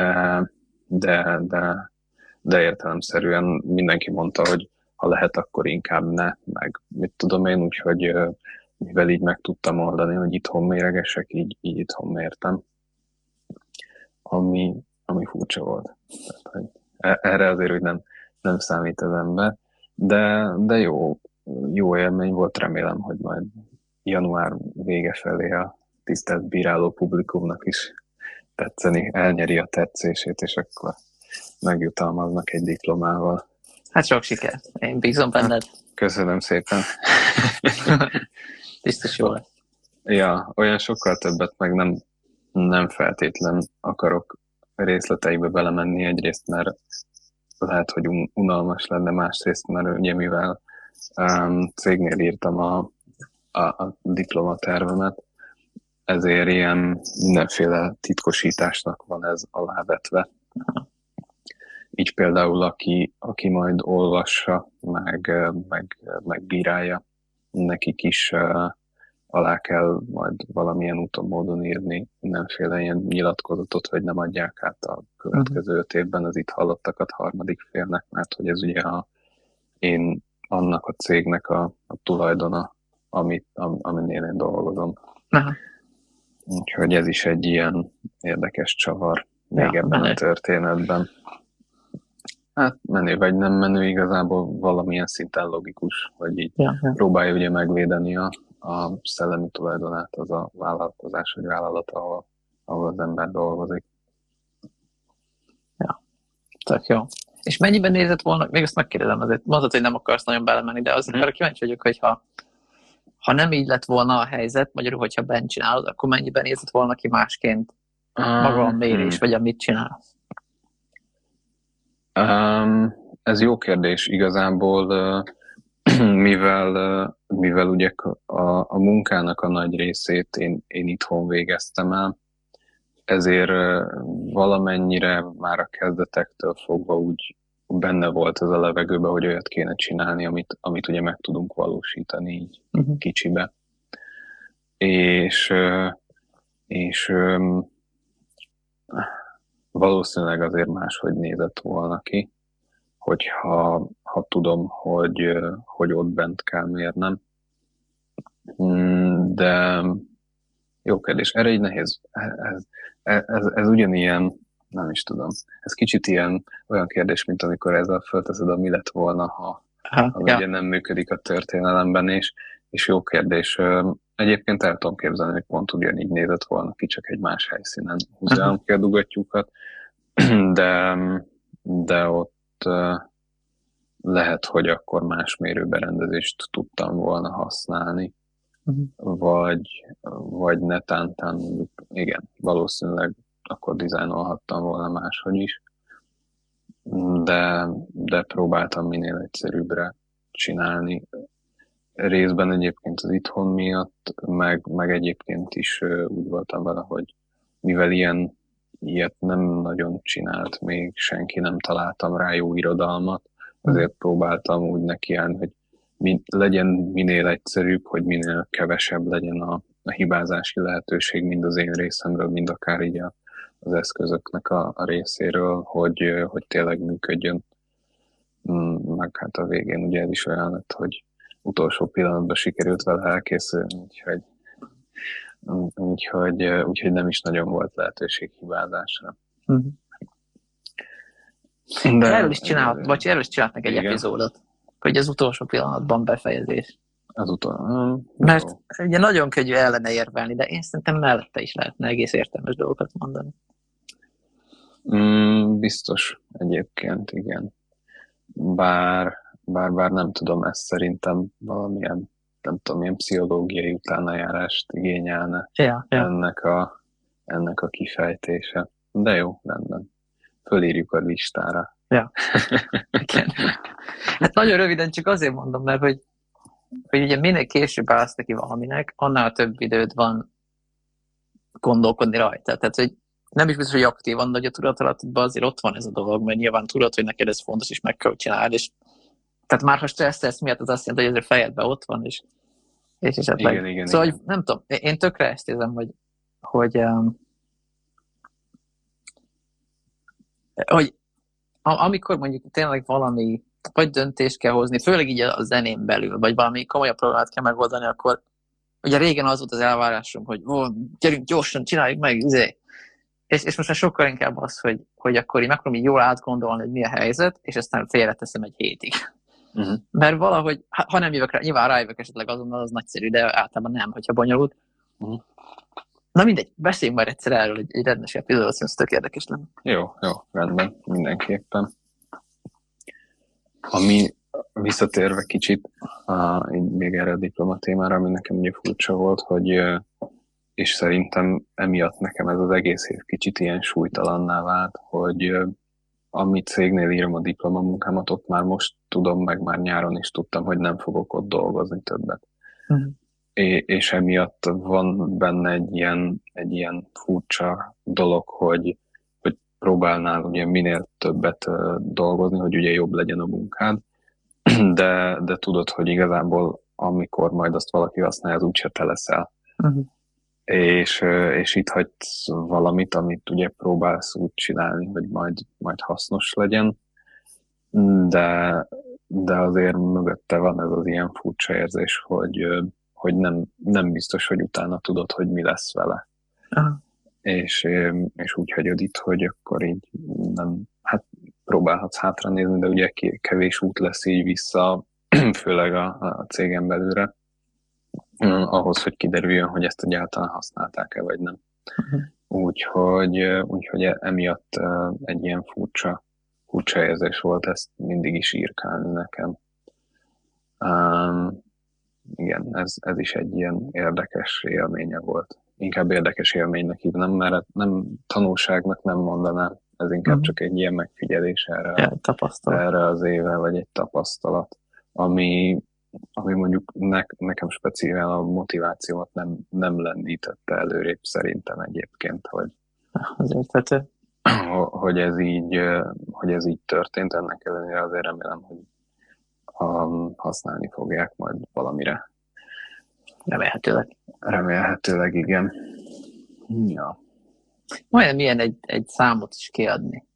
de értelemszerűen mindenki mondta, hogy ha lehet, akkor inkább ne, meg mit tudom én, úgyhogy mivel így meg tudtam oldani, hogy itthon méregesek, így itthon mértem, ami furcsa volt. Tehát, hogy erre azért, hogy nem számít az ember, de jó élmény volt, remélem, hogy majd január vége felé a tisztelt bíráló publikumnak is tetszeni, elnyeri a tetszését, és akkor megjutalmaznak egy diplomával. Hát sok siker, én bízom benned. Köszönöm szépen. Biztos jó lesz. Ja, olyan sokkal többet meg nem feltétlen akarok részleteibe belemenni, egyrészt, mert lehet, hogy unalmas lenne, másrészt, mert ugye mivel cégnél írtam a diplomatervemet, ezért ilyen mindenféle titkosításnak van ez alávetve. Így például aki majd olvassa, meg bírálja, nekik is alá kell majd valamilyen úton, módon írni mindenféle ilyen nyilatkozatot, hogy nem adják át a következő 5 évben az itt hallottakat harmadik félnek, mert hogy ez ugye én annak a cégnek a tulajdona, aminél én dolgozom. Aha. Úgyhogy ez is egy ilyen érdekes csavar még ebben a történetben. Hát menő vagy nem menő, igazából valamilyen szinten logikus, hogy így próbálja ugye megvédeni a szellemi tulajdonát az a vállalkozás vagy vállalat, ahol az ember dolgozik. Ja, tök jó. És mennyiben nézett volna, még ezt megkérdezem, azért mondtad, hogy nem akarsz nagyon belemenni, de azért arra kíváncsi vagyok, hogy ha nem így lett volna a helyzet, magyarul, hogyha bent csinálod, akkor mennyiben nézett volna ki másként maga a mérés, vagy amit csinálsz? Ez jó kérdés. Igazából, mivel ugye a munkának a nagy részét én itthon végeztem el, ezért valamennyire már a kezdetektől fogva úgy benne volt ez a levegőben, hogy olyat kéne csinálni, amit ugye meg tudunk valósítani így kicsibe. És valószínűleg azért máshogy nézett volna ki, hogyha tudom, hogy ott bent kell mérnem. De jó kérdés. Erre így nehéz. Ez ugyanilyen, nem is tudom. Ez kicsit olyan kérdés, mint amikor ezzel fölteszed a mi lett volna, ha ugye nem működik a történelemben, és jó kérdés. Egyébként el tudom képzelni, hogy pont ugyanígy nézett volna ki, csak egy más helyszínen húzálom ki a dugattyúkat, de, de ott lehet, hogy akkor más mérőberendezést tudtam volna használni, vagy netántán mondjuk, igen, valószínűleg akkor dizájnolhattam volna máshogy is, de próbáltam minél egyszerűbbre csinálni. Részben egyébként az itthon miatt, meg egyébként is úgy voltam vele, hogy mivel ilyet nem nagyon csinált még senki, nem találtam rá jó irodalmat, azért próbáltam úgy nekiállni, hogy legyen minél egyszerűbb, hogy minél kevesebb legyen a hibázási lehetőség mind az én részemről, mind akár így az eszközöknek a részéről, hogy tényleg működjön. Meg hát a végén ugye ez is olyan lett, hogy utolsó pillanatban sikerült vele elkészülni, úgyhogy nem is nagyon volt lehetőség hibázásra. De erről is csinálhatnak egy epizódot, hogy az utolsó pillanatban befejezés. Mert ugye nagyon könnyű ellene érvelni, de én szerintem mellette is lehetne egész értelmes dolgokat mondani. Biztos egyébként, igen. Bár nem tudom, ez szerintem valamilyen, nem tudom, ilyen pszichológiai utánajárást igényelne ennek a kifejtése. De jó, rendben. Fölírjuk a listára. Ja. Igen. Hát nagyon röviden csak azért mondom, mert hogy ugye minél később állsz neki valaminek, annál több időd van gondolkodni rajta. Tehát, hogy nem is biztos, hogy aktívan, de a tudatalattban azért ott van ez a dolog, mert nyilván tudod, hogy neked ez fontos, és meg kell csinálni, és tehát már ha stresszelsz miatt, az azt jelenti, hogy ez a fejedben ott van, és esetleg. Igen, szóval, igen. Hogy, nem tudom, én tökre ezt érzem, hogy amikor mondjuk tényleg valami, vagy döntést kell hozni, főleg így a zenén belül, vagy valami komolyabb problémát kell megoldani, akkor ugye régen az volt az elvárásom, hogy gyerünk gyorsan, csináljuk meg, és most már sokkal inkább az, hogy akkor én megpróbálom így jól átgondolni, hogy mi a helyzet, és aztán félreteszem egy hétig. Mert valahogy, ha nem jövök rá, nyilván rájövök esetleg azonnal, az nagyszerű, de általában nem, hogyha bonyolult. Na mindegy, beszéljünk már egyszer erről egy rendes epizódot, ez tök érdekes lenne. Jó, rendben, mindenképpen. Ami visszatérve kicsit még erre a diploma témára, ami nekem ugye furcsa volt, hogy és szerintem emiatt nekem ez az egész év kicsit ilyen súlytalanná vált, hogy amit cégnél írom a diplomamunkámat, ott már most tudom, meg már nyáron is tudtam, hogy nem fogok ott dolgozni többet. És emiatt van benne egy ilyen furcsa dolog, hogy próbálnál ugye minél többet dolgozni, hogy ugye jobb legyen a munkád, de tudod, hogy igazából amikor majd azt valaki használja, az úgyse te leszel. És itt hagysz valamit, amit ugye próbálsz úgy csinálni, hogy majd hasznos legyen, de azért mögötte van ez az ilyen furcsa érzés, hogy nem biztos, hogy utána tudod, hogy mi lesz vele. És úgy hagyod itt, hogy akkor így nem, hát próbálhatsz hátra nézni, de ugye kevés út lesz így vissza, főleg a cégen belülre, ahhoz, hogy kiderüljön, hogy ezt egyáltalán használták-e, vagy nem. Úgyhogy emiatt egy ilyen furcsa érzés volt ezt mindig is írkálni nekem. Igen, ez is egy ilyen érdekes élménye volt. Inkább érdekes élménynek hívnám, mert nem tanulságnak nem mondanám, ez inkább csak egy ilyen megfigyelés erre az évre, vagy egy tapasztalat, ami mondjuk nekem speciál a motivációmat nem lendítette előrébb szerintem egyébként, hogy ez így történt, ennek ellenére azért remélem, hogy használni fogják majd valamire. Remélhetőleg, igen. Ja. Majdnem ilyen egy számot is kiadni,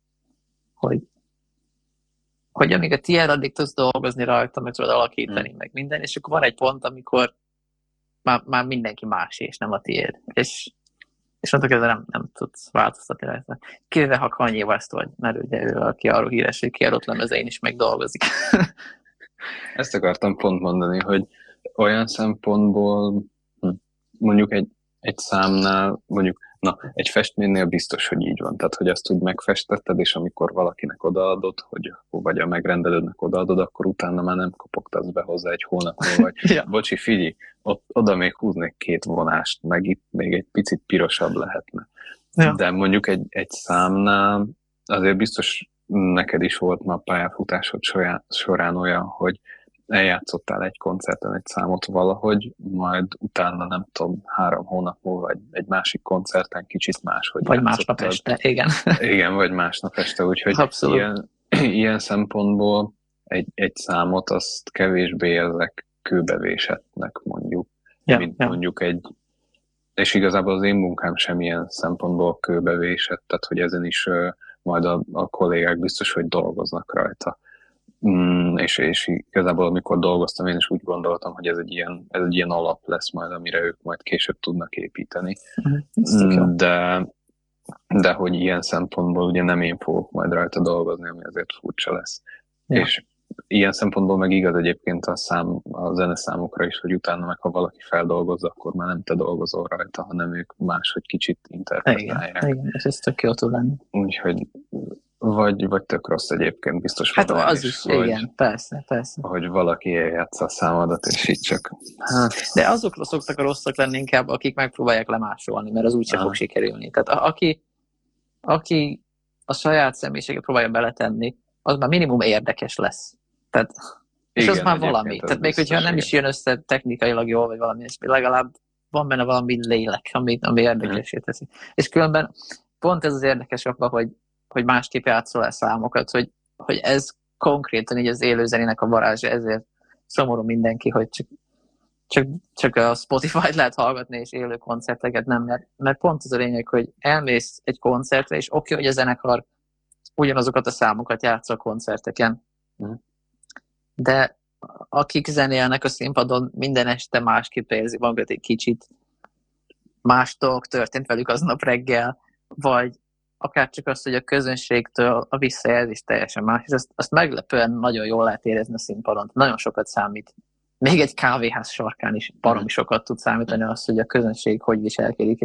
hogy amíg a tiéd, addig tudsz dolgozni rajta, meg tudod alakítani, meg minden, és akkor van egy pont, amikor már mindenki más, és nem a tiéd. És mondtuk, ezzel nem tudsz változtatni rajta. Kivéve, ha Kanye West vagy, mert ugye ő, aki arról híres, hogy kiadott lemezein is megdolgozik. Ezt akartam pont mondani, hogy olyan szempontból mondjuk egy számnál, mondjuk, egy festménynél biztos, hogy így van. Tehát, hogy azt úgy megfestetted, és amikor valakinek odaadod, vagy a megrendelődnek odaadod, akkor utána már nem kopogtatsz be hozzá egy hónap múlva, vagy Ja. bocsi, figyelj, oda még húznék 2 vonást, meg itt még egy picit pirosabb lehetne. Ja. De mondjuk egy számnál azért biztos neked is volt már pályafutásod során olyan, hogy eljátszottál egy koncerten egy számot valahogy, majd utána nem tudom, 3 hónap múlva egy másik koncerten kicsit máshogy Vagy játszottad. másnap este, igen. Igen, vagy másnap este, úgyhogy Abszolút. ilyen szempontból egy számot azt kevésbé érzek kőbevésettnek mondjuk, mint mondjuk és igazából az én munkám sem ilyen szempontból kőbevésett, tehát hogy ezen is majd a kollégák biztos, hogy dolgoznak rajta. És igazából amikor dolgoztam, én is úgy gondoltam, hogy ez egy ilyen alap lesz majd, amire ők majd később tudnak építeni. De hogy ilyen szempontból ugye nem én fogok majd rajta dolgozni, ami azért furcsa lesz. Ja. És ilyen szempontból meg igaz egyébként a zeneszámokra is, hogy utána meg ha valaki feldolgozza, akkor már nem te dolgozol rajta, hanem ők máshogy kicsit interpretálják. Igen, és ez tök jó tud lenni. Úgyhogy vagy tök rossz egyébként, biztos. Hát az is, igen, persze. Hogy valaki eljátsza a számodat, és így csak... De azokra szoktak a rosszak lenni inkább, akik megpróbálják lemásolni, mert az úgyse fog sikerülni. Tehát aki a saját személyiséget próbálja beletenni, az már minimum érdekes lesz. Tehát, és igen, az már valami. Tehát még hogyha nem is jön össze technikailag jól, vagy valami, és legalább van benne valami lélek, ami érdekesé teszi. És különben pont ez az érdekes abban, hogy másképp játszol el számokat, hogy ez konkrétan így az élőzenének a varázsa, ezért szomorú mindenki, hogy csak a Spotify-t lehet hallgatni, és élő koncerteket nem, mert pont az a lényeg, hogy elmész egy koncertre, és oké, hogy a zenekar ugyanazokat a számokat játsz a koncerteken, de akik zenélnek a színpadon, minden este másképp érzi magukat egy kicsit, más dolog történt velük aznap reggel, vagy akár csak az, hogy a közönségtől a visszajelzés teljesen más, és azt meglepően nagyon jól lehet érezni a színpadon. Nagyon sokat számít. Még egy kávéház sarkán is baromi sokat tud számítani az, hogy a közönség hogy viselkedik,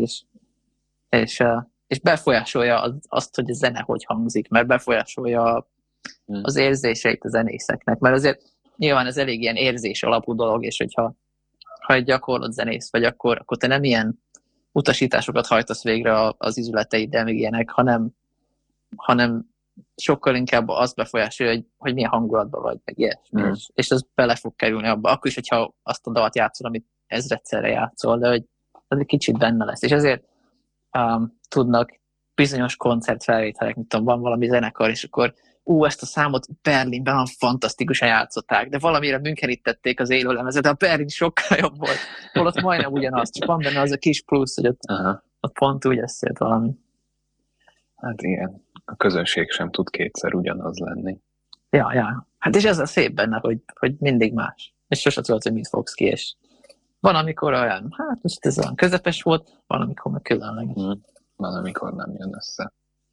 és befolyásolja azt, hogy a zene hogy hangzik, mert befolyásolja az érzéseit a zenészeknek, mert azért nyilván ez elég ilyen érzés alapú dolog, és hogyha egy gyakorlott zenész vagy, akkor te nem ilyen utasításokat hajtasz végre az izületeiddel, még ilyenek, hanem sokkal inkább azt befolyásolja, hogy milyen hangulatban vagy, meg ilyesmi, és az bele fog kerülni abba. Akkor is, hogyha azt a dalt játszol, amit ezredszerre játszol, de hogy az egy kicsit benne lesz. És ezért tudnak bizonyos koncertfelvételek, mint tudom, van valami zenekar, és akkor ezt a számot Berlinben olyan fantasztikusan játszották, de valamire münkerítették az élőlemezet, de a Berlin sokkal jobb volt. Holott majdnem ugyanaz, csak van benne az a kis plusz, hogy ott pont úgy összejött valami. Hát igen, a közönség sem tud kétszer ugyanaz lenni. Ja. Hát és ez a szép benne, hogy mindig más. És sose tudod, hogy mit fogsz ki, és van, amikor olyan, hát most ez olyan közepes volt, van, amikor meg különleges. Van, amikor nem jön össze.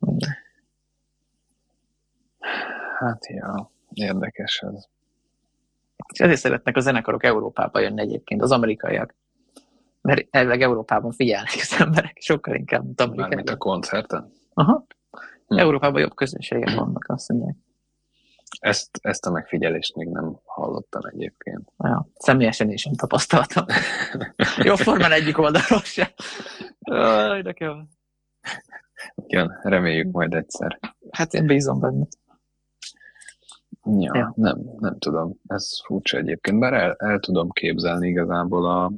Hát ja, érdekes ez. És ezért szeretnek a zenekarok Európába jönni egyébként, az amerikaiak. Mert elvileg Európában figyelnek az emberek, sokkal inkább, mint Amerikában. Mármint a koncerten? Aha. Európában jobb közönségek vannak, azt mondják. Ezt a megfigyelést még nem hallottam egyébként. Ja, személyesen is sem tapasztaltam. Jóformán egyik oldalról sem. De kell. Igen, reméljük majd egyszer. Hát én bízom benne. Ja. Nem tudom. Ez furcsa egyébként, bár el tudom képzelni igazából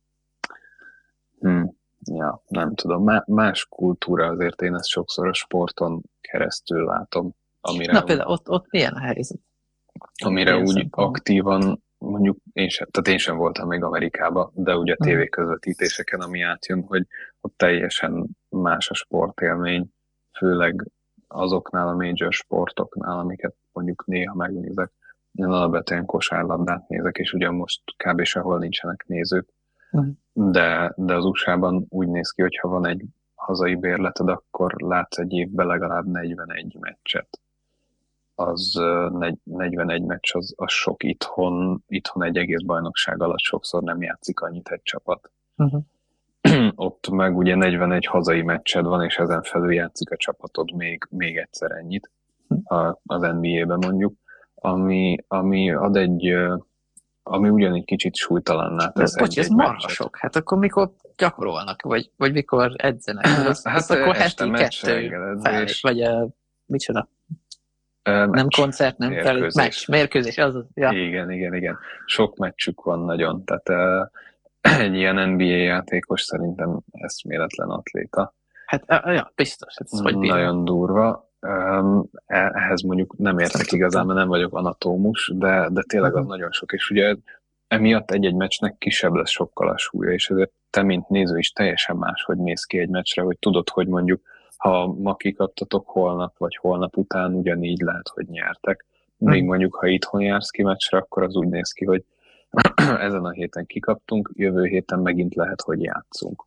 nem tudom. Más kultúra, azért én ezt sokszor a sporton keresztül látom. Amire például ott milyen a helyzet? Amire úgy aktívan, mondjuk én sem voltam még Amerikában, de ugye a tévé közvetítéseken, ami átjön, hogy ott teljesen más a sportélmény, főleg azoknál a major sportoknál, amiket mondjuk néha megnézek. Én alapvetően kosárlabdát nézek, és ugye most kb. Sehol nincsenek nézők, de az USA-ban úgy néz ki, hogy ha van egy hazai bérleted, akkor látsz egy évben legalább 41 meccset. Az 41 meccs, az sok itthon egy egész bajnokság alatt sokszor nem játszik annyit egy csapat. ott meg ugye 41 hazai meccsed van, és ezen felül játszik a csapatod még egyszer ennyit az NBA-ben mondjuk, ami ad ami ugyanígy kicsit súlytalanná tesz Bocsi, ez egy marha meccset. sok. Hát akkor mikor gyakorolnak, vagy mikor edzenek? Az akkor este heti meccs, 2 reggeledzés. vagy micsoda? Nem koncert, nem felé. Meccs, mérkőzés, az. Ja. Igen. Sok meccsük van nagyon, tehát egy ilyen NBA játékos szerintem eszméletlen atléta. Hát, ja, biztos, ez hogy bírja. Nagyon durva. Ehhez mondjuk nem értek igazán, mert nem vagyok anatómus, de tényleg az nagyon sok, és ugye emiatt egy-egy meccsnek kisebb lesz sokkal a súlya, és ezért te, mint néző is teljesen máshogy mész ki egy meccsre, hogy tudod, hogy mondjuk ha ma kikaptatok holnap, vagy holnap után ugyanígy lehet, hogy nyertek. Még mondjuk, ha itthon jársz ki meccsre, akkor az úgy néz ki, hogy ezen a héten kikaptunk, jövő héten megint lehet, hogy játszunk.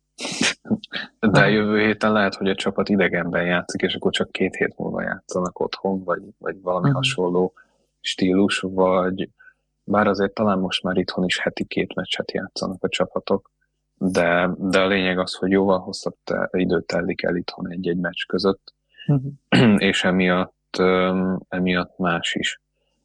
De jövő héten lehet, hogy a csapat idegenben játszik, és akkor csak 2 hét múlva játszanak otthon, vagy valami hasonló stílus, vagy bár azért talán most már itthon is heti 2 meccset játszanak a csapatok, de a lényeg az, hogy jóval hosszabb időt telik el itthon egy-egy meccs között, és emiatt más is.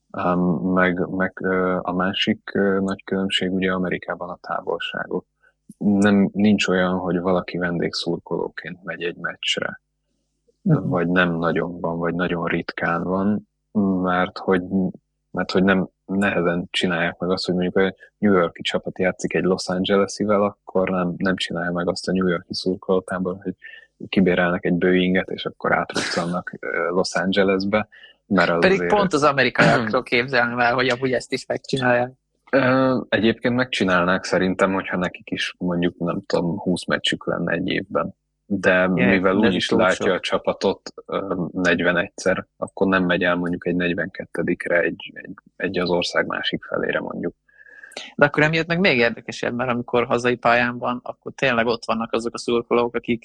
Meg a másik nagy különbség ugye Amerikában a távolságok. Nincs olyan, hogy valaki vendégszurkolóként megy egy meccsre, vagy nem nagyon van, vagy nagyon ritkán van, mert hogy nem nehezen csinálják meg azt, hogy mondjuk a New York-i csapat játszik egy Los Angeles-ivel, akkor nem csinálja meg azt a New York-i szurkolótábor, hogy kibérelnek egy Boeinget, és akkor átruccannak Los Angelesbe. Mert az pedig pont az amerikaiakról képzelni el, hogy amúgy ezt is megcsinálják. Egyébként megcsinálnák szerintem, hogyha nekik is mondjuk, nem tudom, 20 meccsük lenne egy évben. De mivel úgyis látja a csapatot 41-szer, akkor nem megy el mondjuk egy 42-re egy az ország másik felére mondjuk. De akkor emiatt meg még érdekesebb, mert amikor hazai pályán van, akkor tényleg ott vannak azok a szurkolók, akik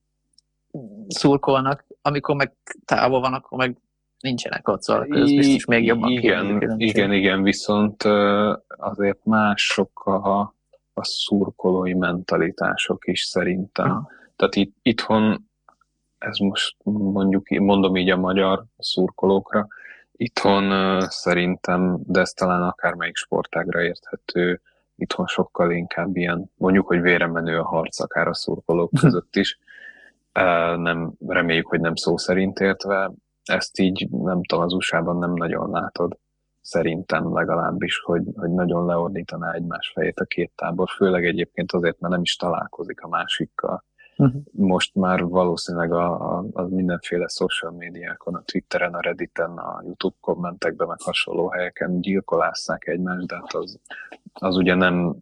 szurkolnak, amikor meg távol van, akkor meg nincsenek ott, szóval ez biztos még jobban igen, viszont azért mások a szurkolói mentalitások is szerintem. Tehát itthon, ez most mondom így a magyar szurkolókra, itthon szerintem, de ez talán akármelyik sportágra érthető, itthon sokkal inkább ilyen, mondjuk, hogy véremenő a harc akár a szurkolók között is. Nem, reméljük, hogy nem szó szerint értve, ezt így nem tudom, az USA-ban nem nagyon látod, szerintem legalábbis, hogy nagyon leordítaná egymás fejét a két tábor, főleg egyébként azért, mert nem is találkozik a másikkal. Most már valószínűleg a mindenféle social médiákon, a Twitteren, a Redditen, a YouTube kommentekben, meg hasonló helyeken gyilkolásszák egymást, de hát az ugye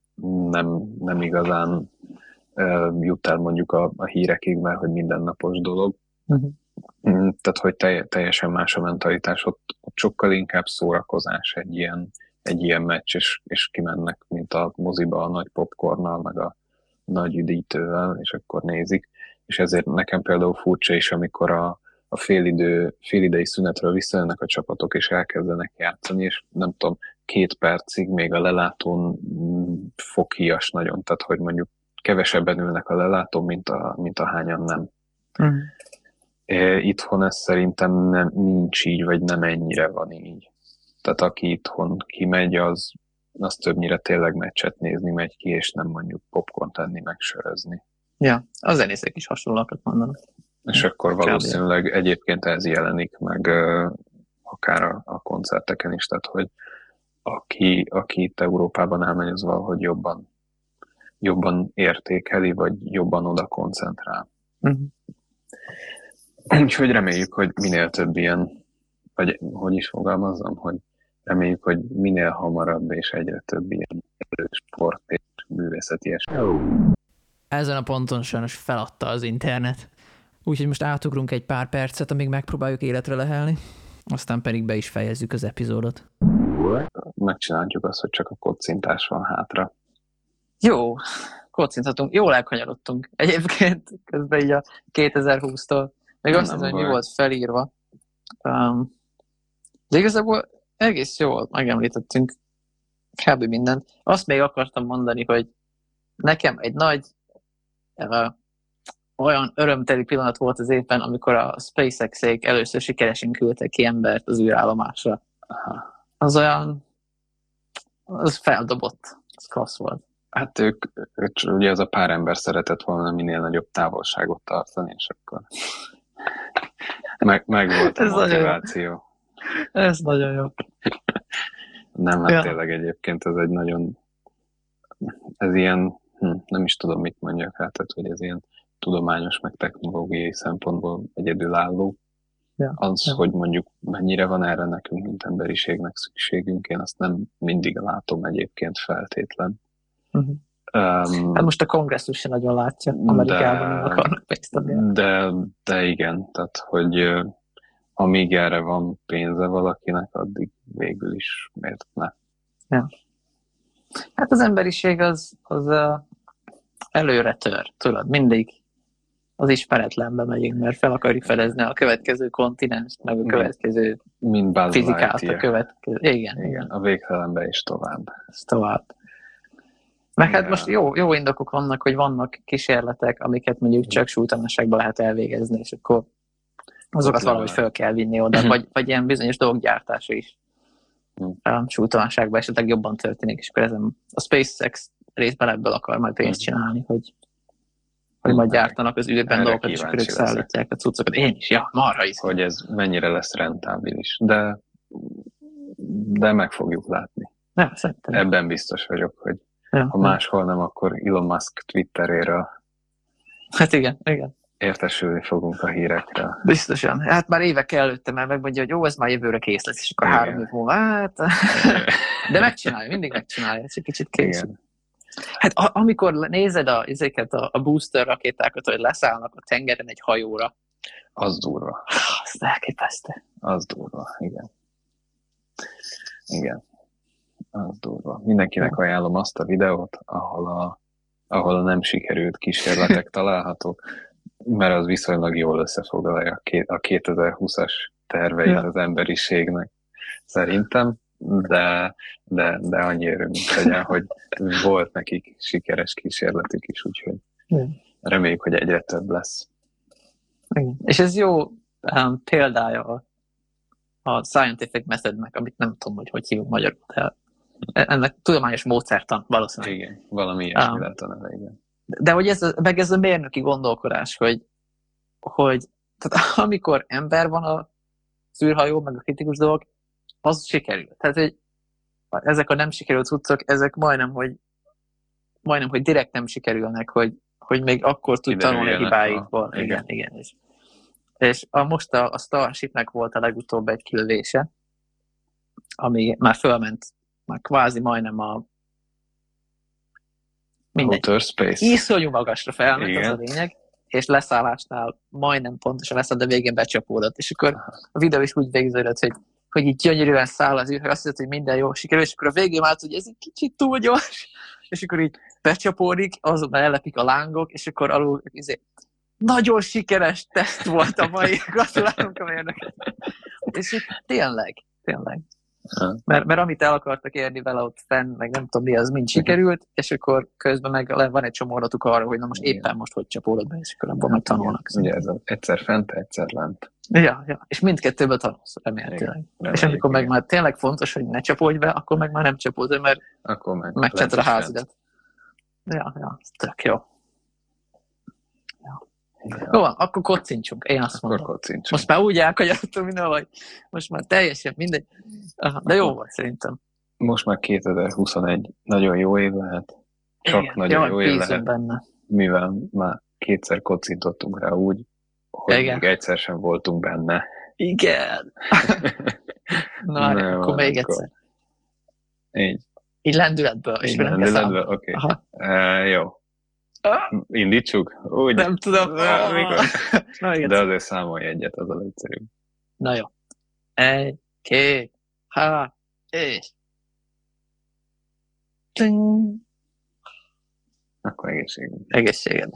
nem igazán jut el mondjuk a hírekig, mert hogy mindennapos dolog. Tehát, hogy teljesen más a mentalitás, ott sokkal inkább szórakozás egy ilyen meccs, és kimennek, mint a moziba a nagy popcornnal, meg a nagy üdítővel, és akkor nézik. És ezért nekem például furcsa is, amikor a félidei szünetről visszajönnek a csapatok, és elkezdenek játszani, és nem tudom, 2 percig még a lelátón foghíjas nagyon, tehát hogy mondjuk kevesebben ülnek a lelátón, mint a hányan nem. Itthon ez szerintem nincs így, vagy nem ennyire van így. Tehát aki itthon kimegy, az többnyire tényleg meccset nézni megy ki, és nem mondjuk popcorn tenni, meg sörözni. Ja, a zenészek is hasonlókat mondanak. És akkor valószínűleg egyébként ez jelenik meg akár a koncerteken is, tehát hogy aki itt Európában elmegy, az valahogy jobban értékeli, vagy jobban oda koncentrál. Úgyhogy reméljük, hogy minél több ilyen, vagy hogy is fogalmazzam, hogy reméljük, hogy minél hamarabb és egyre több ilyen sport és művészeti esemény. Ezen a ponton sajnos feladta az internet. Úgyhogy most átugrunk egy pár percet, amíg megpróbáljuk életre lehelni, aztán pedig be is fejezzük az epizódot. Megcsináljuk azt, hogy csak a kocintás van hátra. Jó, kocinthatunk. Jól elkanyarodtunk. Egyébként közben így a 2020-tól. Még azt hiszem, hogy mi volt felírva. De igazából egész jól megemlítettünk kb. Mindent. Azt még akartam mondani, hogy nekem egy nagy olyan örömteli pillanat volt az évben, amikor a SpaceX-ék először sikeresen küldtek ki embert az űrállomásra. Az olyan, az feldobott, az klassz volt. Hát ők ugye az a pár ember szeretett volna minél nagyobb távolságot tartani, és akkor meg volt a motiváció. Ez nagyon jó. Nem, hát tényleg egyébként ez egy nagyon, ez ilyen, nem is tudom, mit mondjak rá, tehát hogy ez ilyen tudományos, meg technológiai szempontból egyedülálló. Hogy mondjuk mennyire van erre nekünk, mint emberiségnek szükségünk, én azt nem mindig látom egyébként feltétlen. Hát most a kongresszus sem nagyon látja, Amerikában nem akarnak pénzt adni. De igen, tehát hogy amíg erre van pénze valakinek, addig végül is miért ne? Ja. Hát az emberiség az előre tör, tudod, mindig az ismeretlenbe megyünk, mert fel akarjuk fedezni a következő kontinenst, meg a következő fizikát, a következő... Igen. A végtelenbe is tovább. Meg hát most jó indokok vannak, hogy vannak kísérletek, amiket mondjuk csak súlytalanságban lehet elvégezni, és akkor azokat valahogy fel kell vinni oda, vagy ilyen bizonyos dolgok gyártása is súlytalanságban esetleg jobban történik, és akkor ezen a SpaceX részben ebből akar majd pénzt csinálni, hogy majd gyártanak az űrben dolgokat, és akkor ők szállítják a cuccokat. Én is, marha is. Hogy ez mennyire lesz rentábilis, de meg fogjuk látni. Nem, szerintem. Ebben biztos vagyok, hogy ha máshol nem, akkor Elon Musk Twitteréről hát igen. Értesülni fogunk a hírekről. Biztosan. Hát már évek előtte már megmondja, hogy jó, ez már jövőre kész lesz, és akkor 3 év múlva, hát... De megcsinálja, mindig megcsinálja, és egy kicsit készül. Hát amikor nézed ezeket a booster rakétákat, hogy leszállnak a tengeren egy hajóra. Az durva. Az elképesztő. Az durva, igen. Az durva. Mindenkinek ajánlom azt a videót, ahol a nem sikerült kísérletek találhatók, mert az viszonylag jól összefoglalja a 2020-as terveit az emberiségnek. Szerintem, de annyi örömünk legyen, hogy volt nekik sikeres kísérletük is, úgyhogy reméljük, hogy egyre több lesz. És ez jó példája a scientific methodnek, amit nem tudom, hogy hívjuk magyarul, de ennek tudományos módszertan valószínűleg. Igen, valami ilyesmi lehet a neve, igen. De hogy ez a mérnöki gondolkodás, hogy tehát amikor ember van a űrhajó, meg a kritikus dolgok, az sikerül. Tehát, hogy ezek a nem sikerült cuccok, ezek majdnem, hogy direkt nem sikerülnek, hogy még akkor tud tanulni a hibáikból. Igen. És most a Starshipnek volt a legutóbb egy kilövése, ami már fölment, már kvázi majdnem a Outer Space. Iszonyú magasra felment, az a lényeg, és leszállásnál majdnem pontosan leszállt, de végén becsapódott. És akkor a videó is úgy végződött, hogy így gyönyörűen száll az űr, azt hiszed, hogy minden jó sikerül, és akkor a végén már hogy ez egy kicsit túl gyors, és akkor így becsapódik, azonnal ellepik a lángok, és akkor alul nagyon sikeres teszt volt a mai, gratulálunk a mérnöket. És így tényleg. Mert amit el akartak érni vele ott fenn, meg nem tudom mi, az mind sikerült, és akkor közben meg van egy csomó adatuk arra, hogy na most éppen most hogy csapódott be, és akkor abban meg tanulnak. Ugye ez egyszer fent, egyszer lent. Ja, és mindkettőből tanulsz, remélhetőleg. És amikor meg már tényleg fontos, hogy ne csapódj be, akkor meg már nem csapódj, mert megcsináltad a házidat. Ja, tök jó. Jó, akkor kocincsunk, én azt mondom. Most már úgy elkanyarodtam minden, hogy most már teljesen mindegy. De jó volt szerintem. Most már 2021 nagyon jó év lehet. Csak nagyon jó év lehet. Benne. Mivel már 2-szer kocintottunk rá úgy, hogy még egyszer sem voltunk benne. Igen. Na, akkor még egyszer. Így lendületből. És lendületből, oké. Jó. Indítsuk? Úgy. Nem tudom. De azért számolj egyet, az a legegyszerűbb. Na jó. 1, 2, 3, és... Akkor egészségedre. Egészségedre.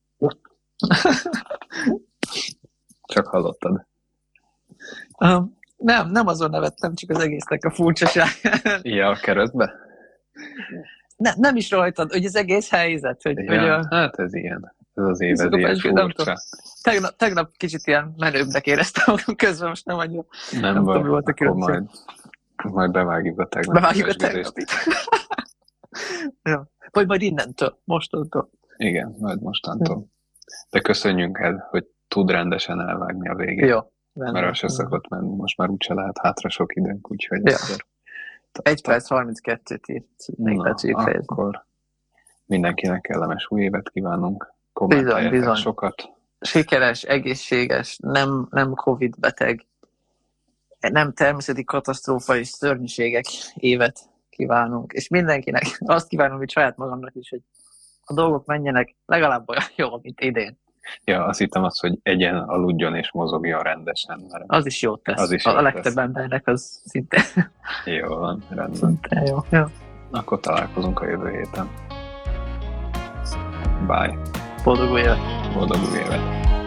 Csak hallottad. Nem azon nevettem, csak az egésznek a furcsaság. Ja, a keresztbe? Nem is rajtad, hogy az egész helyzet. Hogy Hát ez ilyen. Ez az évezés furcsa. Tegnap kicsit ilyen menőbbnek éreztem magam közben, most nem annyira. Nem baj, volt akkor majd bevágjuk a tegnapit. Ja. Vagy majd innentől, mostantól. Igen, majd mostantól. De köszönjünk el, hogy tud rendesen elvágni a végét. Jó. Mert az se szokott menni, most már úgyse lehet hátra sok időnk, úgyhogy akkor... 1 perc 32-t írt. Akkor mindenkinek kellemes új évet kívánunk. Kommenteljetek sokat. Sikeres, egészséges, nem Covid beteg, nem természeti katasztrófa és szörnyűségek évet kívánunk. És mindenkinek azt kívánom, hogy saját magamnak is, hogy a dolgok menjenek legalább olyan jól, mint idén. Ja, azt hittem azt, hogy egyen, aludjon és mozogjon rendesen. Mert az is jót tesz. A legtöbb embernek az szinte... Jó van, rendben. Szinte jó. Akkor találkozunk a jövő héten. Bye. Boldog új évet! Boldog új évet!